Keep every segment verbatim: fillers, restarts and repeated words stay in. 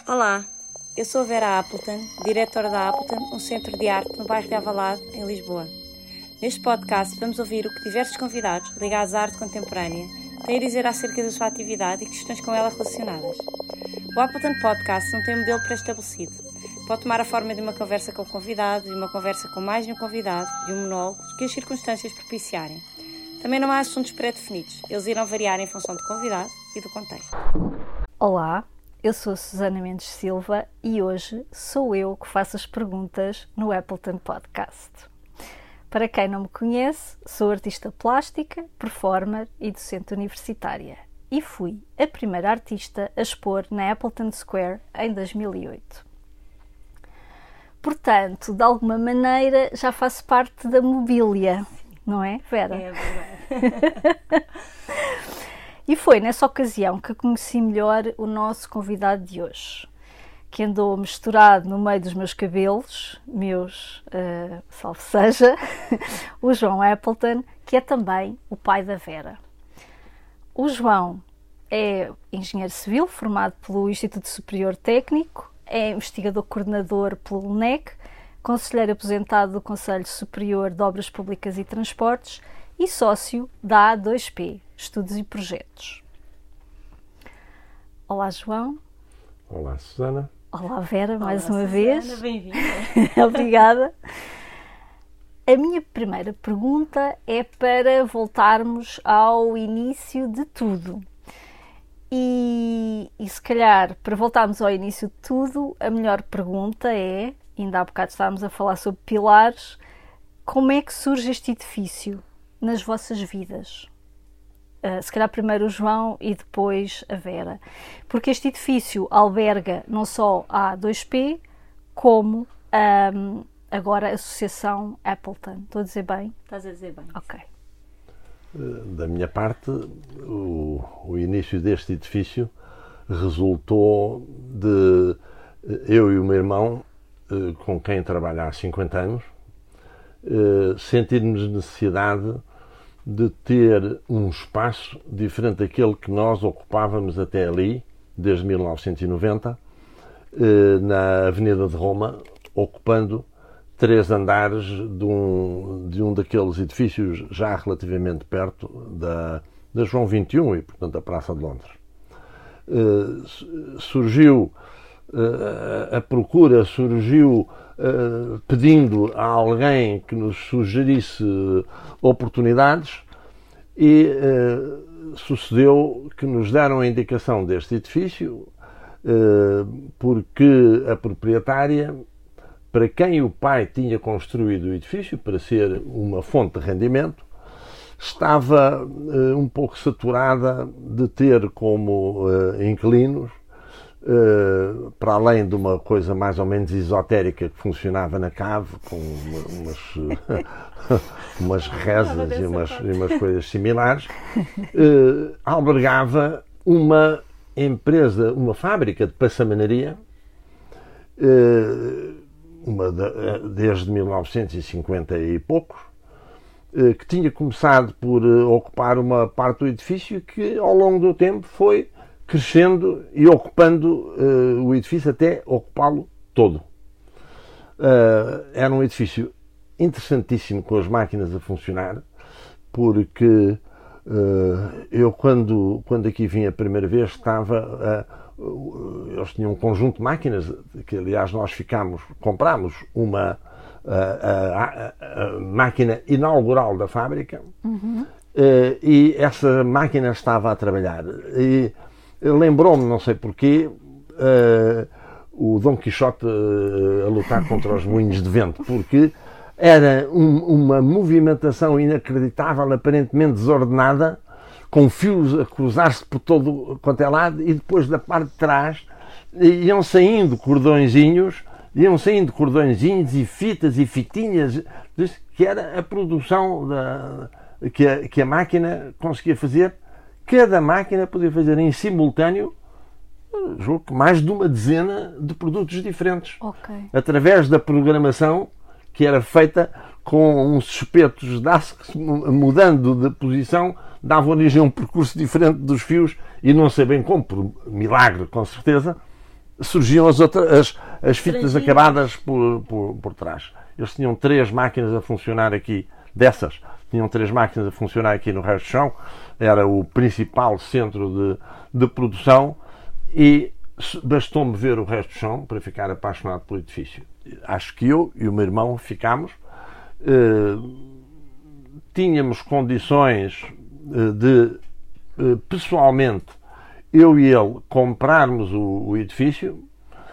Olá, eu sou a Vera Appleton, diretora da Appleton, um centro de arte no bairro de Alvalade, em Lisboa. Neste podcast vamos ouvir o que diversos convidados ligados à arte contemporânea têm a dizer acerca da sua atividade e questões com ela relacionadas. O Appleton Podcast não tem um modelo pré-estabelecido. Pode tomar a forma de uma conversa com o convidado, de uma conversa com mais de um convidado, de um monólogo, que as circunstâncias propiciarem. Também não há assuntos pré-definidos, eles irão variar em função do convidado e do contexto. Olá, eu sou a Susana Mendes Silva e hoje sou eu que faço as perguntas no Appleton Podcast. Para quem não me conhece, sou artista plástica, performer e docente universitária e fui a primeira artista a expor na Appleton Square em dois mil e oito. Portanto, de alguma maneira já faço parte da mobília, não é, Vera? É verdade. E foi nessa ocasião que conheci melhor o nosso convidado de hoje, que andou misturado no meio dos meus cabelos, meus, uh, salve seja, o João Appleton, que é também o pai da Vera. O João é engenheiro civil, formado pelo Instituto Superior Técnico, é investigador coordenador pelo L N E C, conselheiro aposentado do Conselho Superior de Obras Públicas e Transportes e sócio da A dois P, Estudos e Projetos. Olá, João. Olá, Susana. Olá, Vera, Olá, mais uma Susana, vez. Bem-vinda. Obrigada. A minha primeira pergunta é para voltarmos ao início de tudo. E, e se calhar, para voltarmos ao início de tudo, a melhor pergunta é, ainda há bocado estávamos a falar sobre pilares, como é que surge este edifício nas vossas vidas? Uh, se calhar primeiro o João e depois a Vera. Porque este edifício alberga não só a A dois P, como um, agora a Associação Appleton. Estou a dizer bem? Estás a dizer bem. Ok. Da minha parte, o, o início deste edifício resultou de eu e o meu irmão, com quem trabalho há cinquenta anos, sentirmos necessidade de ter um espaço diferente daquele que nós ocupávamos até ali, desde mil novecentos e noventa, na Avenida de Roma, ocupando três andares de um, de um daqueles edifícios já relativamente perto da, da João vinte e um e, portanto, da Praça de Londres. Surgiu a procura, surgiu Uh, pedindo a alguém que nos sugerisse oportunidades e uh, sucedeu que nos deram a indicação deste edifício uh, porque a proprietária, para quem o pai tinha construído o edifício para ser uma fonte de rendimento, estava uh, um pouco saturada de ter como uh, inquilinos, Uh, para além de uma coisa mais ou menos esotérica que funcionava na cave, com uma, umas, umas rezas e umas, e umas coisas similares, uh, albergava uma empresa, uma fábrica de passamanaria, uh, uma de, desde mil novecentos e cinquenta e poucos, uh, que tinha começado por uh, ocupar uma parte do edifício e que ao longo do tempo foi crescendo e ocupando uh, o edifício até ocupá-lo todo. Uh, era um edifício interessantíssimo, com as máquinas a funcionar, porque uh, eu quando, quando aqui vim a primeira vez estava, uh, eles tinham um conjunto de máquinas, que aliás nós ficámos, comprámos uma uh, a, a, a máquina inaugural da fábrica, uhum. uh, e essa máquina estava a trabalhar. E lembrou-me, não sei porquê, uh, o Dom Quixote uh, a lutar contra os moinhos de vento, porque era um, uma movimentação inacreditável, aparentemente desordenada, com fios a cruzar-se por todo quanto é lado, e depois da parte de trás iam saindo cordõezinhos, iam saindo cordõezinhos e fitas e fitinhas, que era a produção da, que, a, que a máquina conseguia fazer. Cada máquina podia fazer em simultâneo, julgo que mais de uma dezena de produtos diferentes. Okay. Através da programação que era feita com uns espetos de aço que, mudando de posição, dava origem a um percurso diferente dos fios e não sei bem como, por milagre com certeza, surgiam as, outras, as, as fitas acabadas por, por, por trás. Eles tinham três máquinas a funcionar aqui, dessas, tinham três máquinas a funcionar aqui no Resto de Chão, era o principal centro de, de produção, e bastou-me ver o Resto de Chão para ficar apaixonado pelo edifício. Acho que eu e o meu irmão ficámos, eh, tínhamos condições eh, de, eh, pessoalmente, eu e ele comprarmos o, o edifício,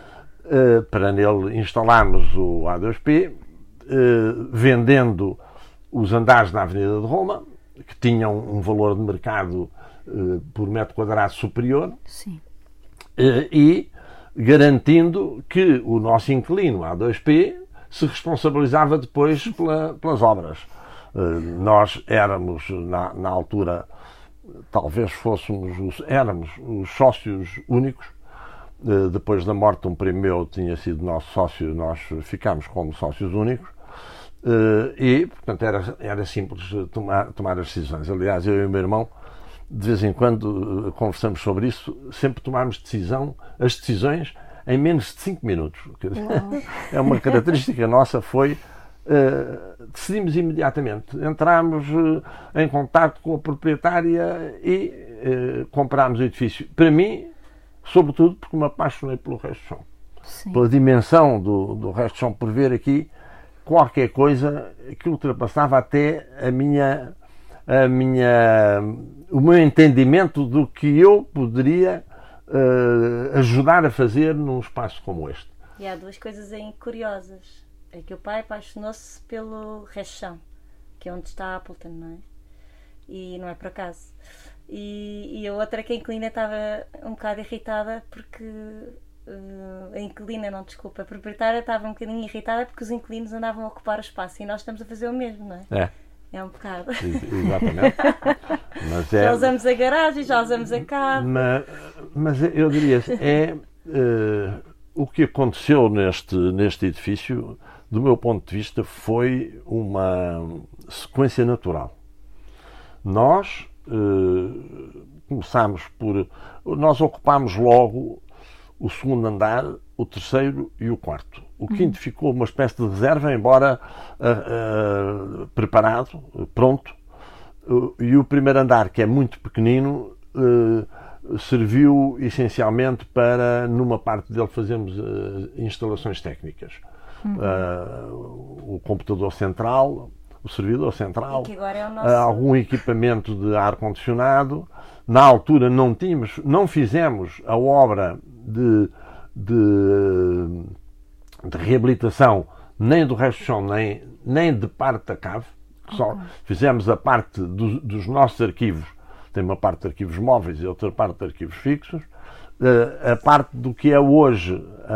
eh, para nele instalarmos o A dois P, eh, vendendo os andares na Avenida de Roma, que tinham um valor de mercado eh, por metro quadrado superior. Sim. Eh, e garantindo que o nosso inquilino A dois P se responsabilizava depois pela, pelas obras. Eh, nós éramos, na, na altura, talvez fôssemos os, éramos os sócios únicos. Eh, depois da morte de um primo meu, tinha sido nosso sócio, nós ficámos como sócios únicos. Uh, e, portanto, era, era simples tomar, tomar as decisões. Aliás, eu e o meu irmão, de vez em quando, uh, conversamos sobre isso, sempre tomámos decisão, as decisões em menos de cinco minutos. É uma característica nossa, foi uh, decidimos imediatamente. Entramos uh, em contato com a proprietária e uh, comprámos o edifício. Para mim, sobretudo, porque me apaixonei pelo Resto de Chão. Sim. Pela dimensão do, do Resto de Chão, por ver aqui qualquer coisa que ultrapassava até a minha, a minha, o meu entendimento do que eu poderia uh, ajudar a fazer num espaço como este. E há duas coisas aí curiosas. É que o pai apaixonou-se pelo Resto de Chão, que é onde está a Appleton, não é? E não é por acaso. E, e a outra é que a inquilina estava um bocado irritada porque... Uh, a inquilina, não, desculpa, a proprietária estava um bocadinho irritada porque os inquilinos andavam a ocupar o espaço e nós estamos a fazer o mesmo, não é? É. É um bocado. Exatamente. Mas é... Já usamos a garagem, já usamos a cave. Mas, mas eu diria assim, é uh, o que aconteceu neste, neste edifício, do meu ponto de vista, foi uma sequência natural. Nós uh, começámos por... Nós ocupámos logo o segundo andar, o terceiro e o quarto. O quinto ficou uma espécie de reserva, embora uh, uh, preparado, uh, pronto. Uh, e o primeiro andar, que é muito pequenino, uh, serviu essencialmente para, numa parte dele, fazermos uh, instalações técnicas. Uhum. Uh, o computador central, o servidor central, que agora é o nosso... uh, algum equipamento de ar-condicionado. Na altura não tínhamos, não fizemos a obra de, de, de reabilitação nem do Resto de Chão, nem, nem de parte da cave. Só okay. Fizemos a parte do, dos nossos arquivos. Tem uma parte de arquivos móveis e outra parte de arquivos fixos. Uh, a parte do que é hoje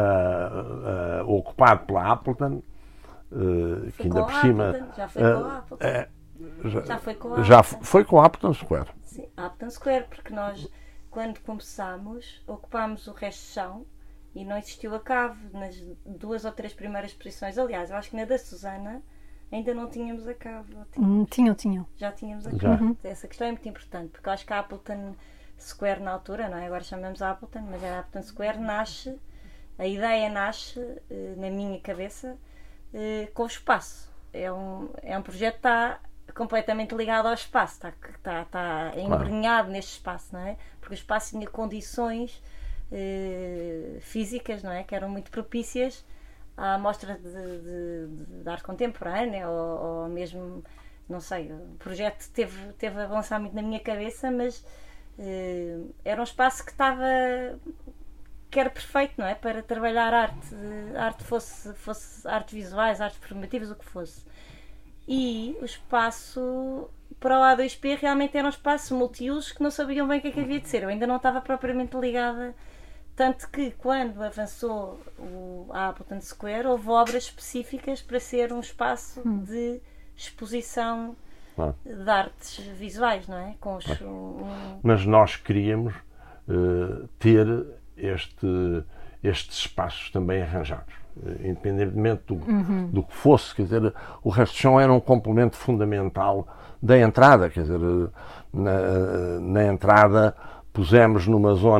uh, uh, ocupado pela Appleton, uh, que ainda por cima... Já foi uh, com a Appleton. Uh, já, já foi com a Appleton. Já foi com a Appleton Square. Sim, Appleton Square, porque nós, quando começámos, ocupámos o Resto de Chão e não existiu a cave nas duas ou três primeiras posições. Aliás, eu acho que na da Susana ainda não tínhamos a cave. Hum, tinham, tinham. Já tínhamos a cave. Uhum. Essa questão é muito importante, porque eu acho que a Appleton Square na altura, não é? Agora chamamos a Appleton, mas a Appleton Square nasce, a ideia nasce, na minha cabeça, com o espaço. É um, é um projeto que está completamente ligado ao espaço, está, está, está embrenhado claro. Neste espaço, não é? Porque o espaço tinha condições eh, físicas, não é? Que eram muito propícias à mostra de, de, de arte contemporânea ou, ou mesmo, não sei, o projeto teve, teve a avançar muito na minha cabeça, mas eh, era um espaço que estava, que era perfeito, não é? Para trabalhar arte, arte fosse, fosse arte visuais, artes performativas, o que fosse. E o espaço para o A dois P realmente era um espaço multiusos que não sabiam bem o que é que havia de ser. Eu ainda não estava propriamente ligada, tanto que quando avançou o, a Appleton Square houve obras específicas para ser um espaço hum. de exposição ah. de artes visuais, não é? Com os, ah. um... Mas nós queríamos uh, ter este, estes espaços também arranjados. Independentemente do, uhum. do que fosse, quer dizer, o Resto de Chão era um complemento fundamental da entrada, quer dizer, na, na entrada pusemos numa zona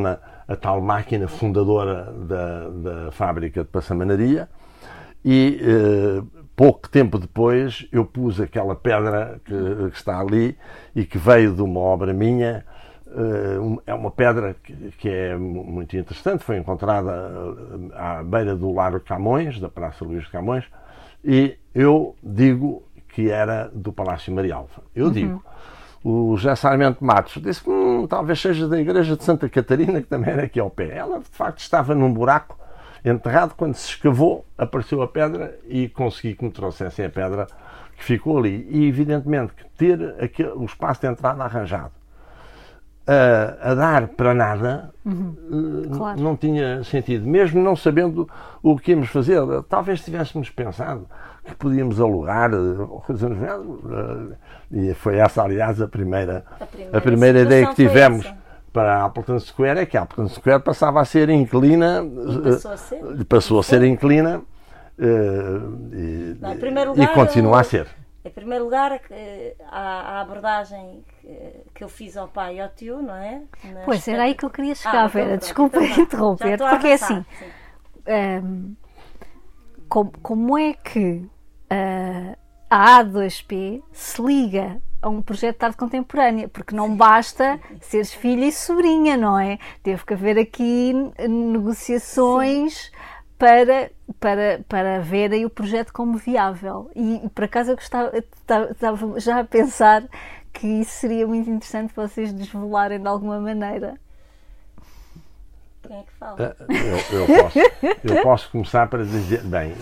a tal máquina fundadora da, da fábrica de passamanaria, e eh, pouco tempo depois eu pus aquela pedra que, que está ali e que veio de uma obra minha. Uh, é uma pedra que, que é muito interessante, foi encontrada à beira do Largo Camões, da Praça Luís de Camões, e eu digo que era do Palácio Marialva. Eu uhum. digo. O José Sarmento Matos disse que hum, talvez seja da Igreja de Santa Catarina, que também era aqui ao pé. Ela, de facto, estava num buraco enterrado. Quando se escavou, apareceu a pedra e consegui que me trouxessem a pedra que ficou ali. E, evidentemente, que ter aquele, o espaço de entrada arranjado A, a dar para nada uhum. uh, claro. não tinha sentido, mesmo não sabendo o que íamos fazer. Talvez tivéssemos pensado que podíamos alugar uh, uh, e foi essa, aliás, a primeira, a primeira, a primeira ideia que tivemos para a Appleton Square, é que a Appleton Square passava a ser inclina e passou a ser, uh, passou a ser inclina uh, e, não, em primeiro lugar, e continua eu... a ser. Em primeiro lugar, a abordagem que eu fiz ao pai e ao tio, não é? Nas pois, era aí que eu queria chegar, ah, Vera. Desculpa então, interromper, porque é assim, um, como, como é que uh, a A dois P se liga a um projeto de arte contemporânea? Porque não basta seres filha e sobrinha, não é? Teve que haver aqui negociações... Sim. Para, para, para verem o projeto como viável. E, por acaso, eu gostava, estava já a pensar que isso seria muito interessante vocês desvelarem de alguma maneira. Quem é que fala? Eu, eu, posso, eu posso começar para dizer... Bem,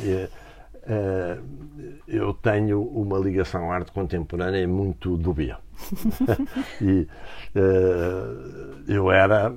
eu tenho uma ligação à arte contemporânea muito dúbia. E eu era,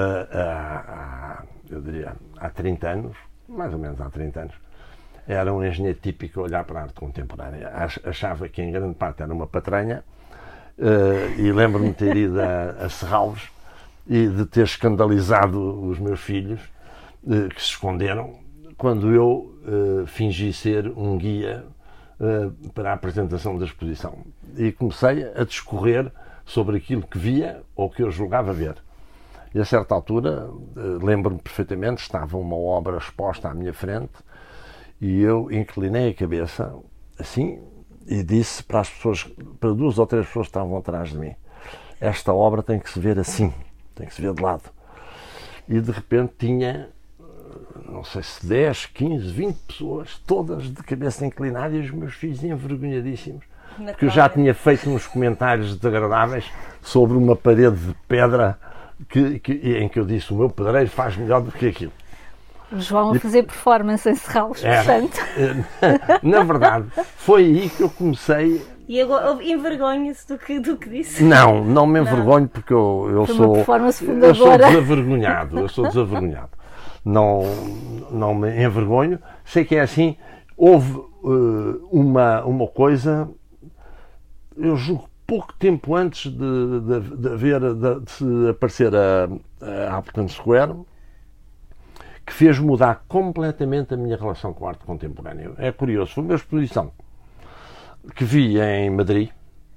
eu diria, há trinta anos, mais ou menos há trinta anos, era um engenheiro típico a olhar para a arte contemporânea. Achava que em grande parte era uma patranha, uh, e lembro-me de ter ido a, a Serralves e de ter escandalizado os meus filhos, uh, que se esconderam, quando eu uh, fingi ser um guia uh, para a apresentação da exposição. E comecei a discorrer sobre aquilo que via ou que eu julgava ver. E a certa altura, lembro-me perfeitamente, estava uma obra exposta à minha frente e eu inclinei a cabeça assim e disse para as pessoas, para duas ou três pessoas que estavam atrás de mim: esta obra tem que se ver assim, tem que se ver de lado. E de repente tinha, não sei se dez, quinze, vinte pessoas, todas de cabeça inclinada, e os meus filhos envergonhadíssimos, porque eu já tinha feito uns comentários desagradáveis sobre uma parede de pedra Que, que, em que eu disse: o meu pedreiro faz melhor do que aquilo. Os vão a fazer performance em Serralves, portanto. Na verdade, foi aí que eu comecei. E agora envergonha-se do que, do que disse? Não, não me envergonho, porque eu, eu, sou, eu sou desavergonhado. Eu sou desavergonhado. Não, não me envergonho. Sei que é assim. Houve uh, uma, uma coisa, eu julgo, pouco tempo antes de, de, de, haver, de, de se aparecer a, a Appleton Square, que fez mudar completamente a minha relação com a arte contemporânea. É curioso, foi uma exposição que vi em Madrid,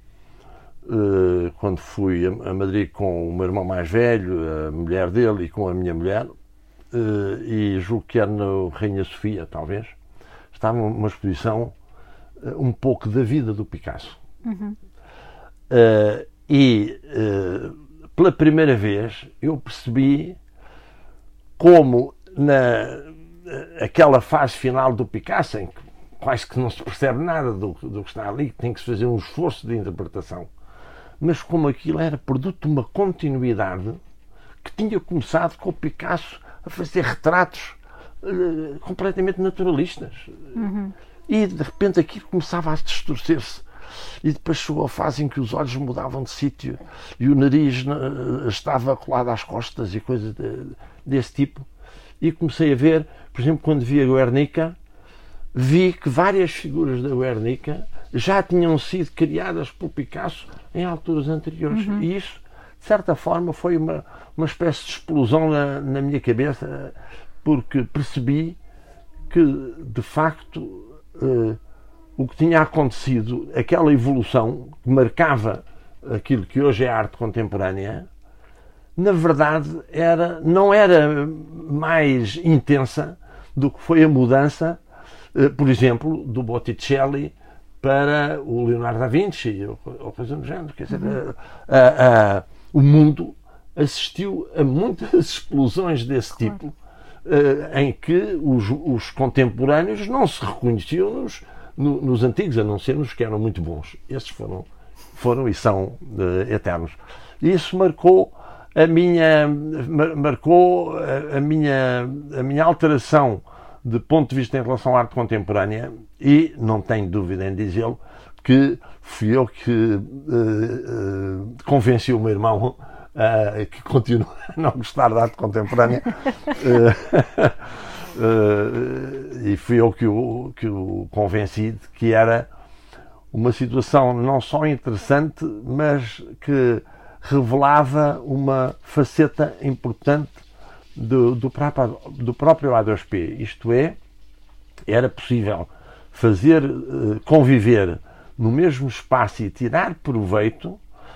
quando fui a Madrid com o meu irmão mais velho, a mulher dele e com a minha mulher, e julgo que era no Rainha Sofia, talvez. Estava uma exposição um pouco da vida do Picasso. Uhum. Uh, e uh, pela primeira vez eu percebi como na aquela fase final do Picasso, em que quase que não se percebe nada do, do que está ali, tem que se fazer um esforço de interpretação, mas como aquilo era produto de uma continuidade que tinha começado com o Picasso a fazer retratos uh, completamente naturalistas. Uhum. E de repente aquilo começava a distorcer-se. E depois chegou a fase em que os olhos mudavam de sítio e o nariz estava colado às costas e coisas de, desse tipo. E comecei a ver, por exemplo, quando vi a Guernica, vi que várias figuras da Guernica já tinham sido criadas por Picasso em alturas anteriores. Uhum. E isso, de certa forma, foi uma, uma espécie de explosão na, na minha cabeça, porque percebi que, de facto, uh, o que tinha acontecido, aquela evolução que marcava aquilo que hoje é a arte contemporânea, na verdade, era, não era mais intensa do que foi a mudança, por exemplo, do Botticelli para o Leonardo da Vinci, ou coisa do género. Quer dizer, uhum. a, a, o mundo assistiu a muitas explosões desse claro. tipo, em que os, os contemporâneos não se reconheciam nos, no, nos antigos, a não ser nos que eram muito bons. Esses foram, foram e são uh, eternos. E isso marcou a minha, marcou a, a, minha, a minha alteração de ponto de vista em relação à arte contemporânea, e não tenho dúvida em dizê-lo, que fui eu que uh, uh, convenci o meu irmão uh, que continua a não gostar da arte contemporânea uh, uh, e fui eu que o, que o convenci de que era uma situação não só interessante, mas que revelava uma faceta importante do, do, próprio, do próprio A dois P. Isto é, era possível fazer, conviver no mesmo espaço e tirar proveito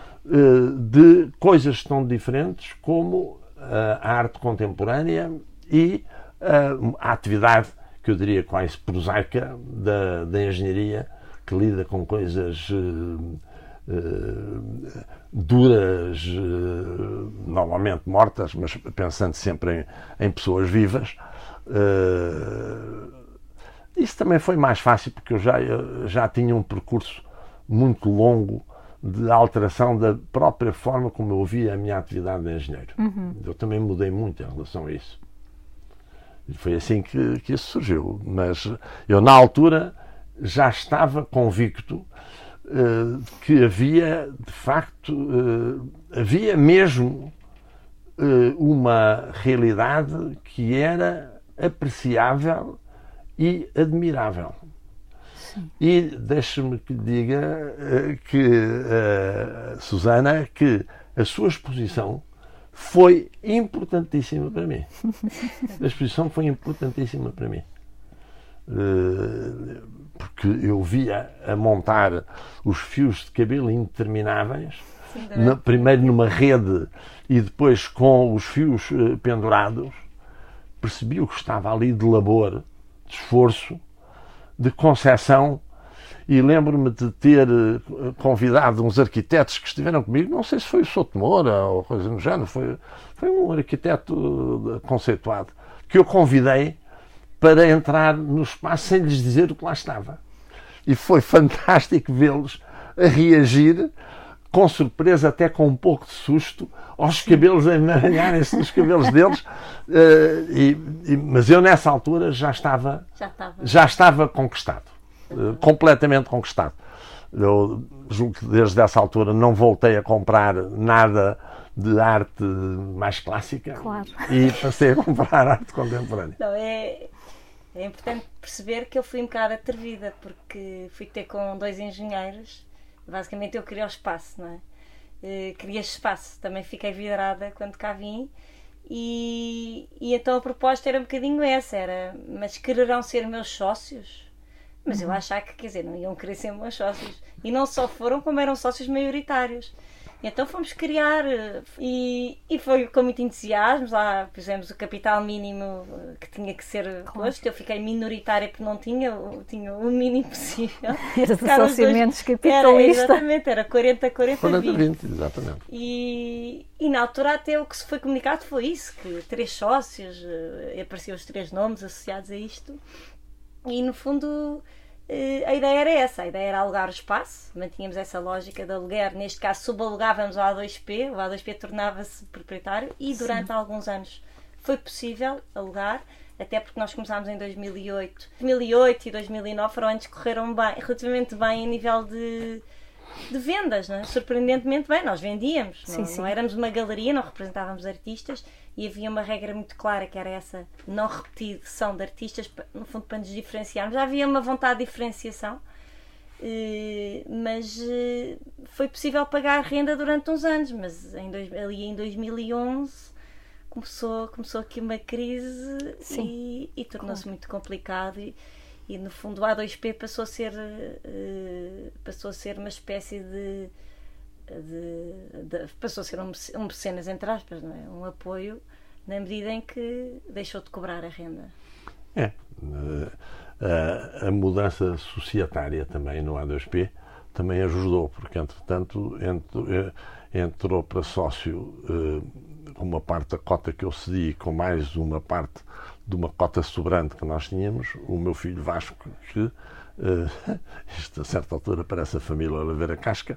de coisas tão diferentes como a arte contemporânea e a atividade, que eu diria quase prosaica, da, da engenharia, que lida com coisas uh, uh, duras, uh, normalmente mortas, mas pensando sempre em, em pessoas vivas. Uh, isso também foi mais fácil, porque eu já, eu já tinha um percurso muito longo de alteração da própria forma como eu via a minha atividade de engenheiro. Uhum. Eu também mudei muito em relação a isso. E foi assim que, que isso surgiu. Mas eu, na altura, já estava convicto uh, que havia, de facto, uh, havia mesmo uh, uma realidade que era apreciável e admirável. Sim. E deixe-me que diga uh, que, uh, Susana, que a sua exposição foi importantíssima para mim. A exposição foi importantíssima para mim. Uh, porque eu via a montar os fios de cabelo intermináveis, sim, na, primeiro numa rede e depois com os fios uh, pendurados, percebi o que estava ali de labor, de esforço, de concepção, e lembro-me de ter uh, convidado uns arquitetos que estiveram comigo, não sei se foi o Souto Moura ou coisa no género, foi, foi um arquiteto uh, conceituado, que eu convidei para entrar no espaço sem lhes dizer o que lá estava. E foi fantástico vê-los a reagir, com surpresa, até com um pouco de susto, aos cabelos, a emaranharem-se nos cabelos deles. Uh, e, e, mas eu, nessa altura, já estava, já estava, já estava conquistado. Uh, completamente conquistado. Eu julgo que desde essa altura não voltei a comprar nada de arte mais clássica, claro. E passei a comprar arte contemporânea. Não, é... É importante perceber que eu fui um bocado atrevida, porque fui ter com dois engenheiros. Basicamente eu queria o espaço, não é? Uh, queria espaço, também fiquei vidrada quando cá vim. E, e então a proposta era um bocadinho essa, era, mas quererão ser meus sócios? Mas uhum. eu achava que, quer dizer, não iam querer ser meus sócios. E não só foram, como eram sócios maioritários. Então fomos criar, e, e foi com muito entusiasmo. Lá pusemos o capital mínimo que tinha que ser posto. Claro. Eu fiquei minoritária porque não tinha, eu tinha o mínimo possível. Era de associamentos capitalista. Era, exatamente, era quarenta, quarenta, vinte. Exatamente. E, e na altura até o que se foi comunicado foi isso, que três sócios, apareciam os três nomes associados a isto. E no fundo... a ideia era essa, a ideia era alugar o espaço, mantínhamos essa lógica de aluguer, neste caso subalugávamos ao A dois P, o A dois P tornava-se proprietário e durante Sim. alguns anos foi possível alugar, até porque nós começámos em dois mil e oito. dois mil e oito e dois mil e nove foram anos que correram bem, relativamente bem a nível de, de vendas, não é? Surpreendentemente bem, nós vendíamos, sim, não, sim. não éramos uma galeria, não representávamos artistas. E havia uma regra muito clara, que era essa não repetição de artistas, no fundo para nos diferenciarmos. Já havia uma vontade de diferenciação, mas foi possível pagar renda durante uns anos, mas em dois, ali em dois mil e onze começou, começou aqui uma crise e, e tornou-se claro. muito complicado e, e no fundo o A dois P passou a ser, passou a ser uma espécie de de, de, passou a ser um, um mecenas, entre aspas, não é? Um apoio na medida em que deixou de cobrar a renda. É. A, a mudança societária também no A dois P também ajudou, porque entretanto entrou, entrou para sócio com uma parte da cota que eu cedi, com mais uma parte de uma cota sobrante que nós tínhamos, o meu filho Vasco, que uh, isto a certa altura parece a família Oliveira Casca,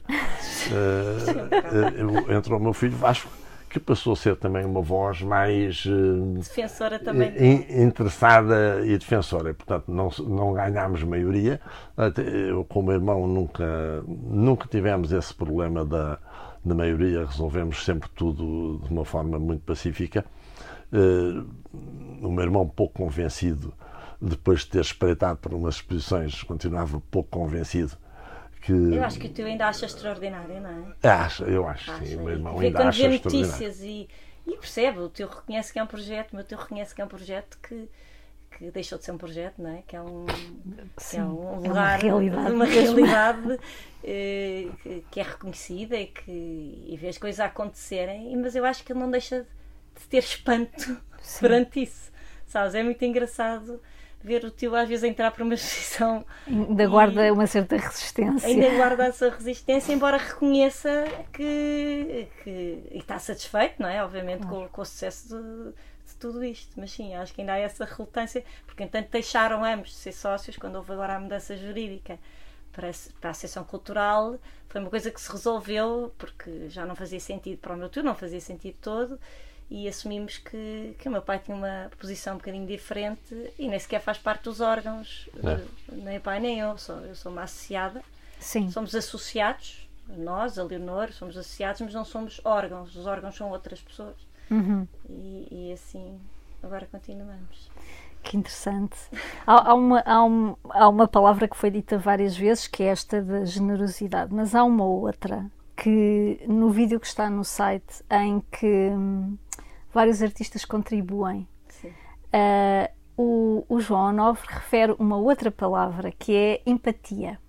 uh, uh, entrou o meu filho Vasco, que passou a ser também uma voz mais uh, defensora também, in, interessada e defensora. E, portanto, não, não ganhámos maioria. Eu, com o meu irmão, nunca, nunca tivemos esse problema da, da maioria, resolvemos sempre tudo de uma forma muito pacífica. Uh, o meu irmão, pouco convencido, depois de ter espreitado por umas exposições, continuava pouco convencido. Que... Eu acho que o teu ainda acha extraordinário, não é? Acho, eu acho, acho sim. O meu irmão vê ainda quando acha vê extraordinário. notícias e, e percebe, o teu reconhece que é um projeto, mas o teu reconhece que é um projeto que, que deixou de ser um projeto, não é? Que é um, sim, que é um é lugar, uma realidade, uma realidade eh, que, que é reconhecida e que e vê as coisas a acontecerem, mas eu acho que ele não deixa de ter espanto sim. perante isso, sabes? É muito engraçado ver o tio às vezes entrar para uma exposição. Ainda e guarda uma certa resistência. Ainda guarda a sua resistência, embora reconheça que, que e está satisfeito, não é? Obviamente, ah. com, com o sucesso de, de tudo isto. Mas sim, acho que ainda há essa relutância, porque entanto deixaram ambos de ser sócios quando houve agora a mudança jurídica para, para a Associação Cultural. Foi uma coisa que se resolveu, porque já não fazia sentido para o meu tio, não fazia sentido todo. E assumimos que, que o meu pai tinha uma posição um bocadinho diferente e nem sequer faz parte dos órgãos, é. nem o pai nem eu, sou, eu sou uma associada. Sim. Somos associados, nós, a Leonor, somos associados, mas não somos órgãos, os órgãos são outras pessoas. Uhum. E, e assim, agora continuamos. Que interessante. Há, há, uma, há, um, há uma palavra que foi dita várias vezes, que é esta da generosidade, mas há uma outra que no vídeo que está no site em que vários artistas contribuem. Uh, o, o João Onofre refere uma outra palavra que é empatia.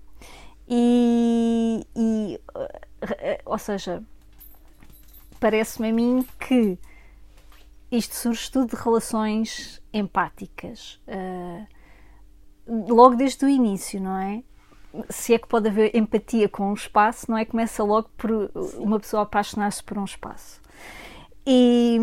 E, e uh, ou seja, parece-me a mim que isto surge tudo de relações empáticas. Uh, logo desde o início, não é? Se é que pode haver empatia com um espaço, não é? Começa logo por uma pessoa apaixonar-se por um espaço. E,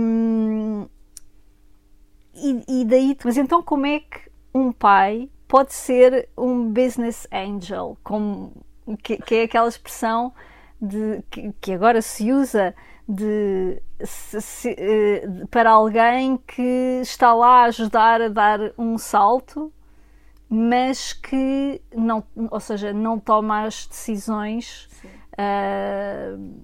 e, e daí, mas então como é que um pai pode ser um business angel, como, que, que é aquela expressão de, que, que agora se usa de, se, se, para alguém que está lá a ajudar a dar um salto, mas que não, ou seja, não toma as decisões. Uh,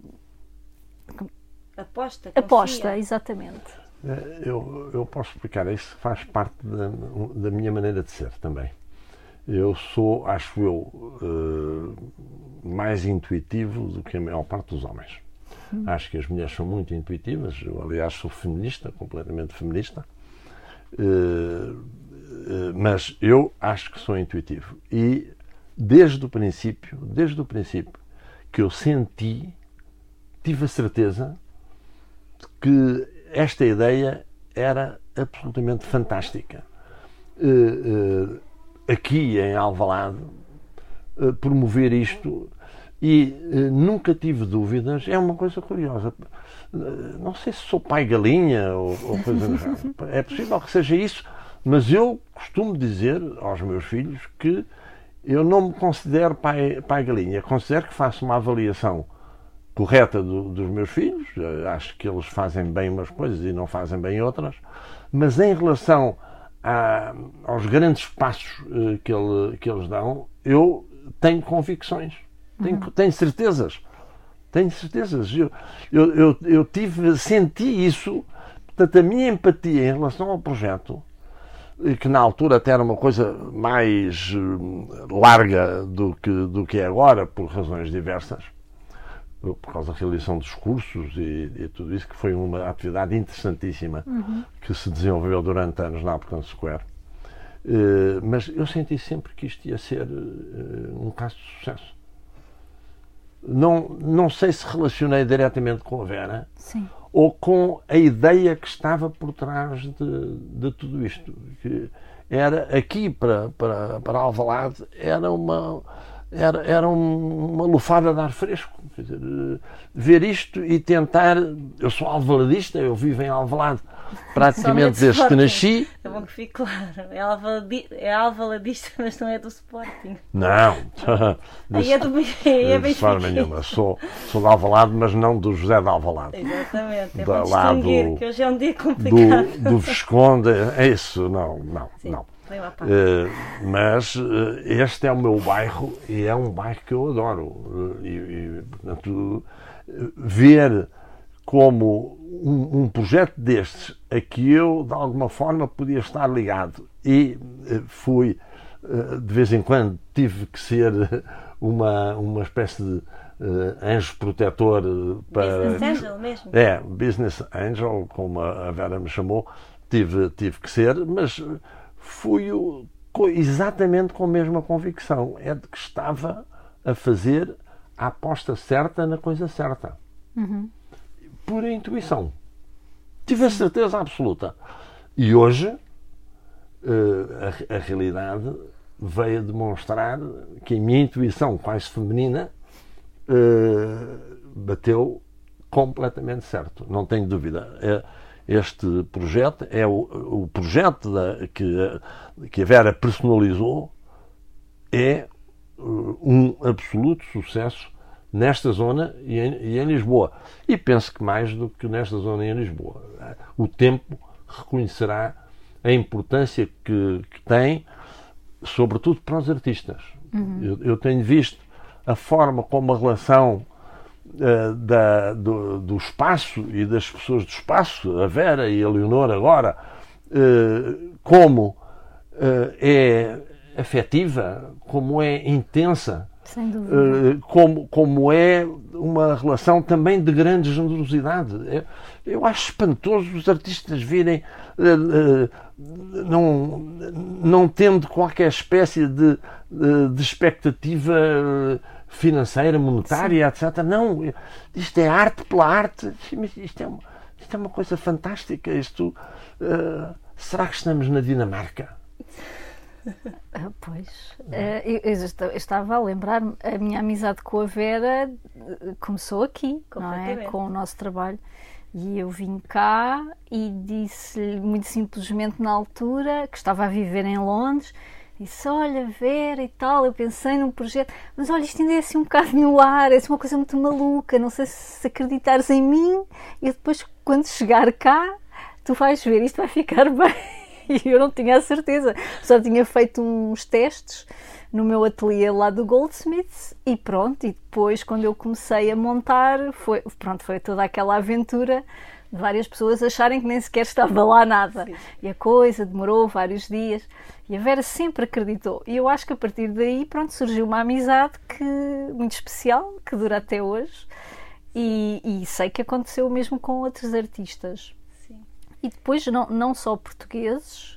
aposta, aposta, exatamente. Eu, eu posso explicar, isso faz parte da, da minha maneira de ser também. Eu sou, acho eu, uh, mais intuitivo do que a maior parte dos homens. Hum. Acho que as mulheres são muito intuitivas. Eu, aliás, sou feminista, completamente feminista. Uh, mas eu acho que sou intuitivo e desde o princípio, desde o princípio que eu senti, tive a certeza de que esta ideia era absolutamente fantástica. Uh, uh, aqui em Alvalade, uh, promover isto e uh, nunca tive dúvidas, é uma coisa curiosa. Uh, não sei se sou pai galinha ou, ou coisa do género. É possível que seja isso. Mas eu costumo dizer aos meus filhos que eu não me considero pai, pai galinha. Considero que faço uma avaliação correta do, dos meus filhos. Acho que eles fazem bem umas coisas e não fazem bem outras. Mas em relação a, aos grandes passos uh, que, ele, que eles dão, eu tenho convicções. Tenho, uhum. tenho certezas. Tenho certezas. Eu, eu, eu, eu tive, senti isso. Portanto, a minha empatia em relação ao projeto, que na altura até era uma coisa mais larga do que, do que é agora, por razões diversas, por causa da realização dos cursos e, e tudo isso, que foi uma atividade interessantíssima uhum. que se desenvolveu durante anos na Appleton Square. Uh, mas eu senti sempre que isto ia ser uh, um caso de sucesso. não, não sei se relacionei diretamente com a Vera, Sim. ou com a ideia que estava por trás de, de tudo isto. Que era aqui para, para, para Alvalade, era uma, era, era um, uma lufada de ar fresco. Quer dizer, ver isto e tentar. Eu sou alvaladista, eu vivo em Alvalade praticamente desde que nasci. É bom que fique claro. É, alvaladi, é alvaladista, mas não é do Sporting. Não. Aí é do é de forma nenhuma. Sou, sou de Alvalade, mas não do José de Alvalade. Exatamente. É Da, para distinguir, do, que hoje é um dia complicado. Do, do Visconde. É isso. Não, não, Sim, não. Uh, mas uh, este é o meu bairro e é um bairro que eu adoro. Uh, e, e, portanto, uh, ver como um, um projeto destes a que eu, de alguma forma, podia estar ligado e uh, fui, uh, de vez em quando, tive que ser uma, uma espécie de uh, anjo protetor para... Business Angel mesmo. É, Business Angel, como a Vera me chamou, tive, tive que ser, mas fui exatamente com a mesma convicção, é de que estava a fazer a aposta certa na coisa certa. Uhum. Por intuição. Tive a certeza absoluta. E hoje a, a realidade veio a demonstrar que a minha intuição, quase feminina, bateu completamente certo. Não tenho dúvida. É, este projeto é o, o projeto da, que, que a Vera personalizou, é um absoluto sucesso nesta zona e em, e em Lisboa. E penso que mais do que nesta zona e em Lisboa. O tempo reconhecerá a importância que, que tem, sobretudo para os artistas. Uhum. Eu, eu tenho visto a forma como a relação uh, da, do, do espaço e das pessoas do espaço, a Vera e a Leonor agora, uh, como uh, é afetiva, como é intensa. Sem dúvida. Uh, como, como é uma relação também de grande generosidade. Eu, eu acho espantoso os artistas virem uh, uh, não, não tendo qualquer espécie de, uh, de expectativa financeira, monetária, Sim. etcétera. Não, isto é arte pela arte. Isto é uma, isto é uma coisa fantástica. Isto, uh, será que estamos na Dinamarca? Pois, eu, eu estava a lembrar-me, a minha amizade com a Vera começou aqui, não é? Com o nosso trabalho. E eu vim cá e disse-lhe muito simplesmente na altura, que estava a viver em Londres, disse, olha Vera e tal, eu pensei num projeto, mas olha, isto ainda é assim um bocado no ar, é assim uma coisa muito maluca, não sei se acreditares em mim e depois quando chegar cá, tu vais ver, isto vai ficar bem. E eu não tinha a certeza, só tinha feito uns testes no meu ateliê lá do Goldsmiths e pronto, e depois quando eu comecei a montar, foi, pronto, foi toda aquela aventura de várias pessoas acharem que nem sequer estava lá nada. Sim. E a coisa demorou vários dias e a Vera sempre acreditou. E eu acho que a partir daí, pronto, surgiu uma amizade que, muito especial, que dura até hoje e, e sei que aconteceu o mesmo com outros artistas. E depois não, não só portugueses,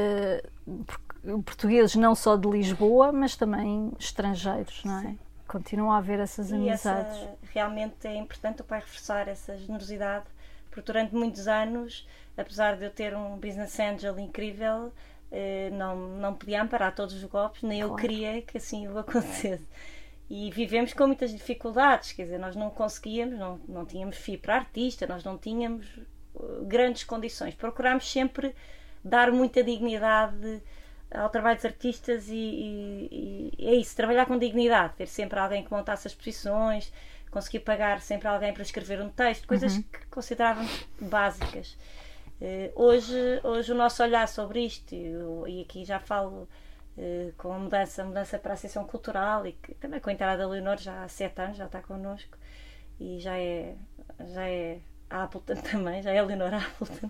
uh, portugueses não só de Lisboa, mas também estrangeiros, não é? Sim. Continuam a haver essas e amizades. Essa, realmente é importante o pai reforçar essa generosidade, porque durante muitos anos, apesar de eu ter um business angel incrível, uh, não, não podia amparar todos os golpes, nem claro. Eu queria que assim o acontecesse. E vivemos com muitas dificuldades, quer dizer, nós não conseguíamos, não, não tínhamos F I I para artista, nós não tínhamos grandes condições. Procurámos sempre dar muita dignidade ao trabalho dos artistas e, e, e é isso, trabalhar com dignidade, ter sempre alguém que montasse as exposições, conseguir pagar sempre alguém para escrever um texto, coisas uhum. que considerávamos básicas. Uh, hoje, hoje o nosso olhar sobre isto, e, e aqui já falo uh, com a mudança, a mudança para a Associação Cultural e que, também com a entrada da Leonor já há sete anos, já está connosco e já é, já é a Appleton também, já é a Leonor Appleton.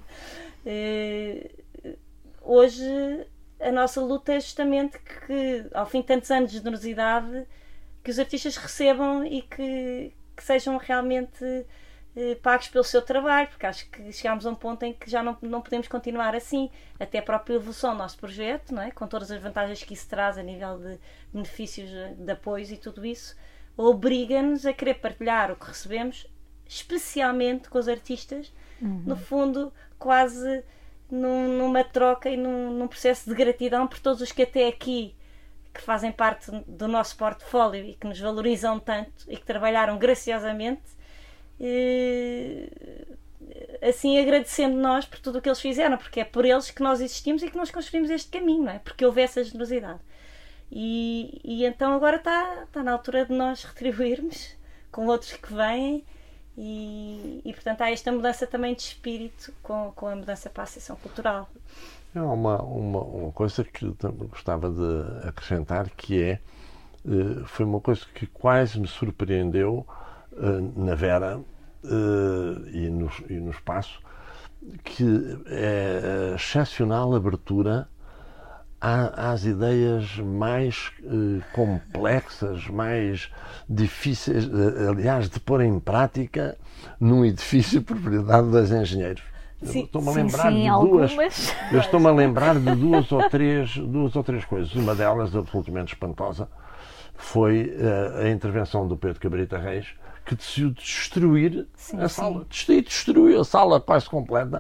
Uh, hoje a nossa luta é justamente que, que ao fim de tantos anos de generosidade, que os artistas recebam e que, que sejam realmente uh, pagos pelo seu trabalho, porque acho que chegámos a um ponto em que já não, não podemos continuar assim, até a própria evolução do nosso projeto, não é? Com todas as vantagens que isso traz a nível de benefícios de apoios e tudo isso, obriga-nos a querer partilhar o que recebemos, especialmente com os artistas, uhum. no fundo, quase num, numa troca e num, num processo de gratidão por todos os que até aqui, que fazem parte do nosso portfólio e que nos valorizam tanto e que trabalharam graciosamente, e, assim agradecendo nós por tudo o que eles fizeram, porque é por eles que nós existimos e que nós construímos este caminho, não é? Porque houve essa generosidade. E, e então agora está, está na altura de nós retribuirmos com outros que vêm e, e portanto há esta mudança também de espírito com, com a mudança para a Associação Cultural. É uma, uma, uma coisa que eu gostava de acrescentar, que é, foi uma coisa que quase me surpreendeu na Vera e no, e no espaço, que é a excepcional abertura às ideias mais eh, complexas, mais difíceis, eh, aliás, de pôr em prática num edifício de propriedade dos engenheiros. Sim, estou-me a sim, lembrar sim, de algumas. duas, eu estou-me a lembrar de duas ou três, duas ou três coisas. Uma delas, absolutamente espantosa, foi eh, a intervenção do Pedro Cabrita Reis, que decidiu destruir sim, a sala. Sim. Destruiu a sala quase completa.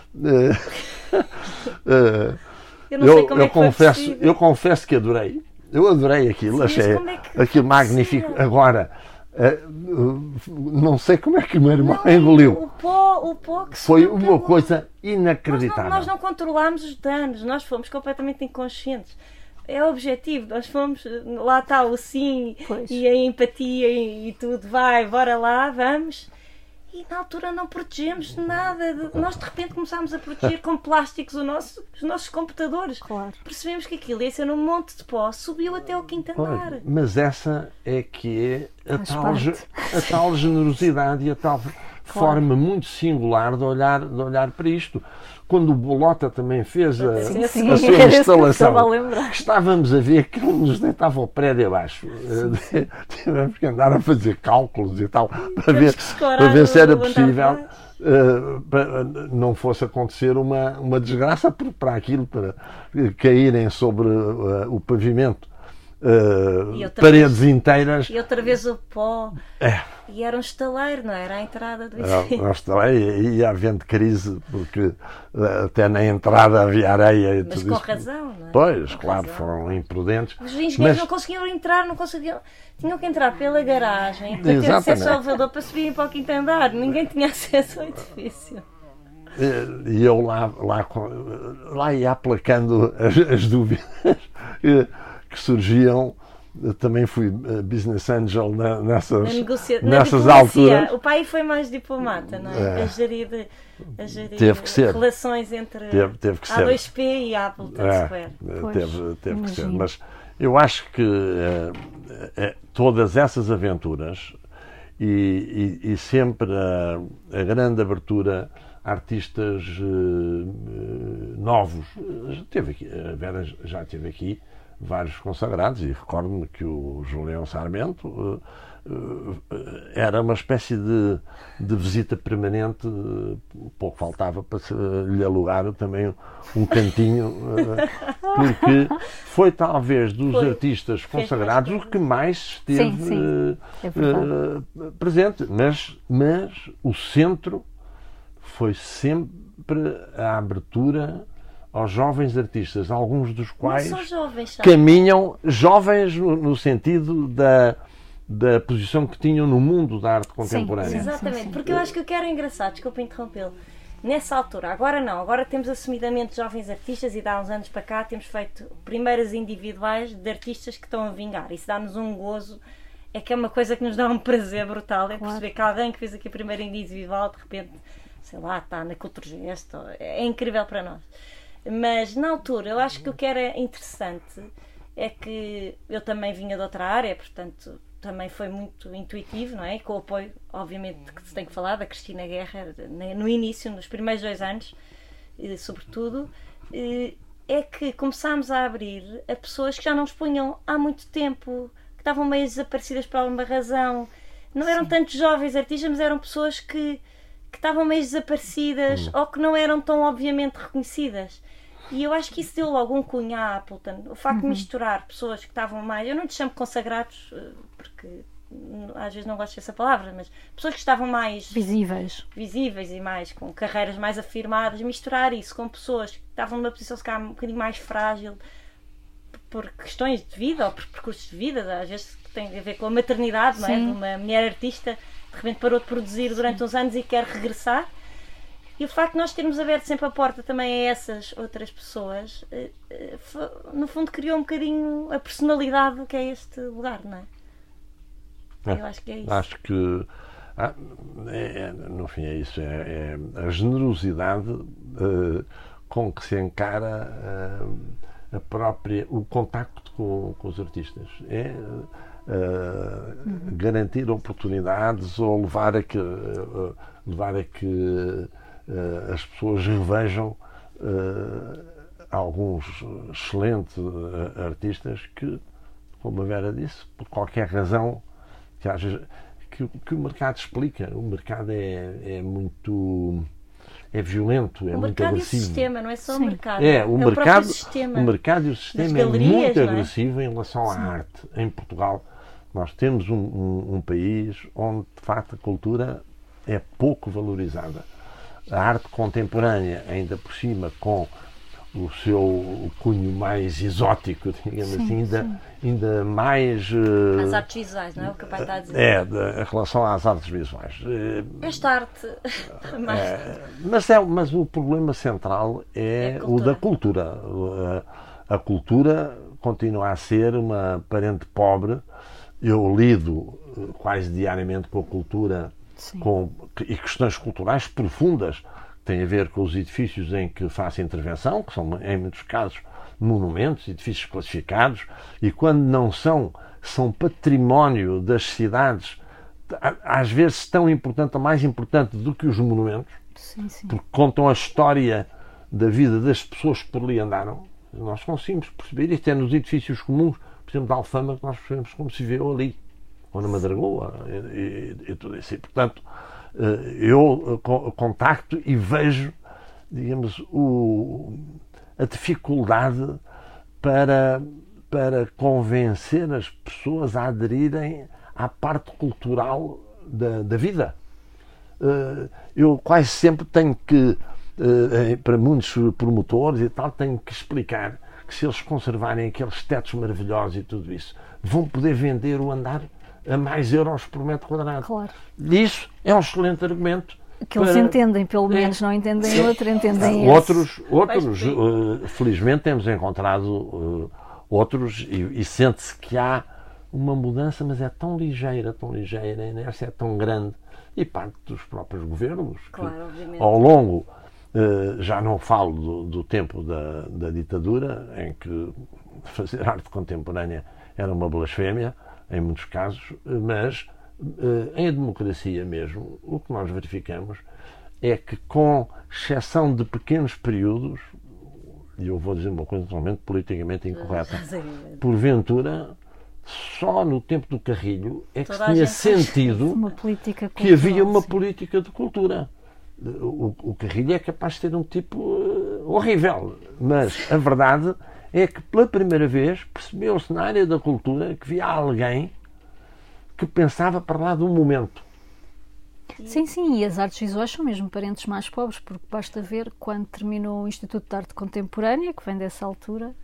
Uh, uh, Eu, não sei eu, como eu, é que foi confesso, possível. eu confesso que adorei. Eu adorei aquilo, Sim, achei como é que aquilo magnífico. possível? Agora, uh, não sei como é que o meu irmão Não, engoliu. O pó, o pó que Foi subiu uma pelo- coisa Nós inacreditável. não, nós não controlámos os danos, nós fomos completamente inconscientes. É o objetivo, nós fomos, lá está o sim Pois. e a empatia e, e tudo, vai, bora lá, vamos. E na altura não protegemos nada. de- Nós de repente começámos a proteger com plásticos o nosso- os nossos computadores. Claro. Percebemos que aquilo ia ser um monte de pó, subiu até ao quinto andar. Pois, mas essa é que é a Faz tal, parte. ge- a tal generosidade e a tal forma muito singular de olhar, de olhar para isto. Quando o Bolota também fez a, Sim, sim, a era sua isso que eu instalação, estava a lembrar. estávamos a ver que ele nos deitava o prédio abaixo. Eh, Tivemos que andar a fazer cálculos e tal para ver, que escorar para ver se era o andar possível abaixo. eh, para não fosse acontecer uma, uma desgraça por- para aquilo, para caírem sobre eh, o pavimento eh, E outra paredes vez- inteiras. E outra vez o pó. É. E era um estaleiro, não era? A entrada do Não, edifício. nós também ia havendo crise, porque eh, até na entrada havia areia e Mas tudo com isso. razão, não é? Pois, Com claro, razão. foram imprudentes. Os engenheiros Mas- não conseguiam entrar, não conseguiam. Tinham que entrar pela garagem para ter Exatamente. acesso ao elevador para subirem para o quinto andar. Ninguém tinha acesso ao edifício. E eu lá, lá, com- lá ia aplacando as, as dúvidas que que surgiam. Eu também fui eh, business angel na- Na, nessas, negocia... na nessas diplomacia. alturas. O pai foi mais diplomata, não é? É. A gerir, a gerir Teve que ser. relações entre Teve, teve que A ser. dois P e a Appleton É, Square. Pois, teve, teve que ser. imagino. Mas eu acho que eh, eh, todas essas aventuras e, e- e sempre a, a grande abertura a artistas eh, eh, novos. Já teve aqui, a Vera já teve aqui vários consagrados e recordo-me que o Julião Sarmento eh, eh, era uma espécie de, de visita permanente, eh, pouco faltava para se, lhe alugar também um cantinho, eh, porque foi talvez dos Foi. artistas Fez consagrados o bastante. que mais esteve Sim, sim. eh, É verdade. eh, presente, mas, mas o centro foi sempre a abertura aos jovens artistas, alguns dos Não quais são jovens, sabe? caminham jovens no, no sentido da, da posição que tinham no mundo da arte contemporânea. sim. Exatamente, porque eu acho que o que era engraçado, desculpa interrompê-lo, nessa altura, agora não, agora temos assumidamente jovens artistas e de há uns anos para cá temos feito primeiras individuais de artistas que estão a vingar. Isso dá-nos um gozo, é que é uma coisa que nos dá um prazer brutal, é Claro. perceber que alguém que fez aqui a primeira individual, de repente, sei lá, está na Culturgesto, é incrível para nós. Mas na altura, eu acho que o que era interessante é que eu também vinha de outra área, portanto também foi muito intuitivo, não é? E com o apoio, obviamente, que se tem que falar da Cristina Guerra no início, nos primeiros dois anos, eh, sobretudo, eh, é que começámos a abrir a pessoas que já não expunham há muito tempo, que estavam meio desaparecidas por alguma razão. Não eram tantos jovens artistas, mas eram pessoas que, que estavam meio desaparecidas ou que não eram tão obviamente reconhecidas. E eu acho que isso deu logo um cunho à Appleton. O facto de misturar pessoas que estavam mais... Eu não te chamo consagrados, eh, porque às vezes não gosto dessa palavra, mas pessoas que estavam mais visíveis, visíveis e mais com carreiras mais afirmadas, misturar isso com pessoas que estavam numa posição se calhar um bocadinho mais frágil por questões de vida ou por percursos de vida, às vezes tem a ver com a maternidade, não é? De uma mulher artista de repente parou de produzir durante Sim. uns anos e quer regressar. E o facto de nós termos aberto sempre a porta também a essas outras pessoas, no fundo criou um bocadinho a personalidade que é este lugar, não é? é Eu acho que é isso. Acho que, ah, é, no fim, é isso. É, é a generosidade uh, com que se encara uh, a própria, o contacto com, com os artistas. É uh, uhum. garantir oportunidades ou levar a que, uh, levar a que uh, as pessoas revejam uh, alguns excelentes uh, artistas que, como a Vera disse, por qualquer razão que, haja, que, que o mercado explica. O mercado é, é muito... é violento, é o muito agressivo. O mercado e o sistema, não é só Sim. o mercado. É, o, é mercado, o sistema. O mercado e o sistema é muito agressivo é? em relação à Sim. arte. Em Portugal, nós temos um, um, um país onde, de facto, a cultura é pouco valorizada. A arte contemporânea, ainda por cima, com o seu cunho mais exótico, digamos sim, assim, ainda, ainda mais... Uh, as artes visuais, não é o que o pai está a dizer? É, de, em relação às artes visuais. Esta arte... mas... É, mas, é, mas o problema central é, é o da cultura. A, a cultura continua a ser uma parente pobre. Eu lido quase diariamente com a cultura com, e questões culturais profundas. Tem a ver com os edifícios em que faço intervenção, que são, em muitos casos, monumentos, edifícios classificados, e quando não são, são património das cidades, às vezes tão importante ou mais importante do que os monumentos, sim, sim. porque contam a história da vida das pessoas que por ali andaram. Nós conseguimos perceber isto, é nos edifícios comuns, por exemplo, da Alfama, que nós percebemos como se viveu ali, ou na Madragoa, e, e, e tudo isso. E, portanto, eu contacto e vejo, digamos, o, a dificuldade para, para convencer as pessoas a aderirem à parte cultural da, da vida. Eu quase sempre tenho que, para muitos promotores e tal, tenho que explicar que se eles conservarem aqueles tetos maravilhosos e tudo isso, vão poder vender o andar a mais euros por metro quadrado. Claro. Isso é um excelente argumento. Que eles para... entendem, pelo menos, é. Não entendem Sim. outro, entendem ah, outros, esse. Outros, uh, felizmente temos encontrado uh, outros e, e sente-se que há uma mudança, mas é tão ligeira, tão ligeira, a inércia é tão grande, e parte dos próprios governos, claro, que ao longo, uh, já não falo do, do tempo da, da ditadura, em que fazer arte contemporânea era uma blasfémia, em muitos casos, mas uh, em democracia mesmo, o que nós verificamos é que, com exceção de pequenos períodos, e eu vou dizer uma coisa totalmente politicamente incorreta, porventura, só no tempo do Carrilho é que Toda se tinha sentido uma política cultural, que havia uma sim. política de cultura. O, o Carrilho é capaz de ter um tipo uh, horrível, mas a verdade é que pela primeira vez percebeu-se na área da cultura que havia alguém que pensava para lá de um momento. Sim, sim, e as artes visuais são mesmo parentes mais pobres, porque basta ver quando terminou o Instituto de Arte Contemporânea, que vem dessa altura,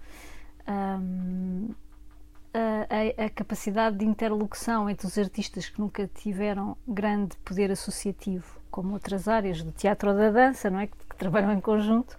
hum, a, a, a capacidade de interlocução entre os artistas que nunca tiveram grande poder associativo, como outras áreas do teatro ou da dança, não é? que, que trabalham em conjunto.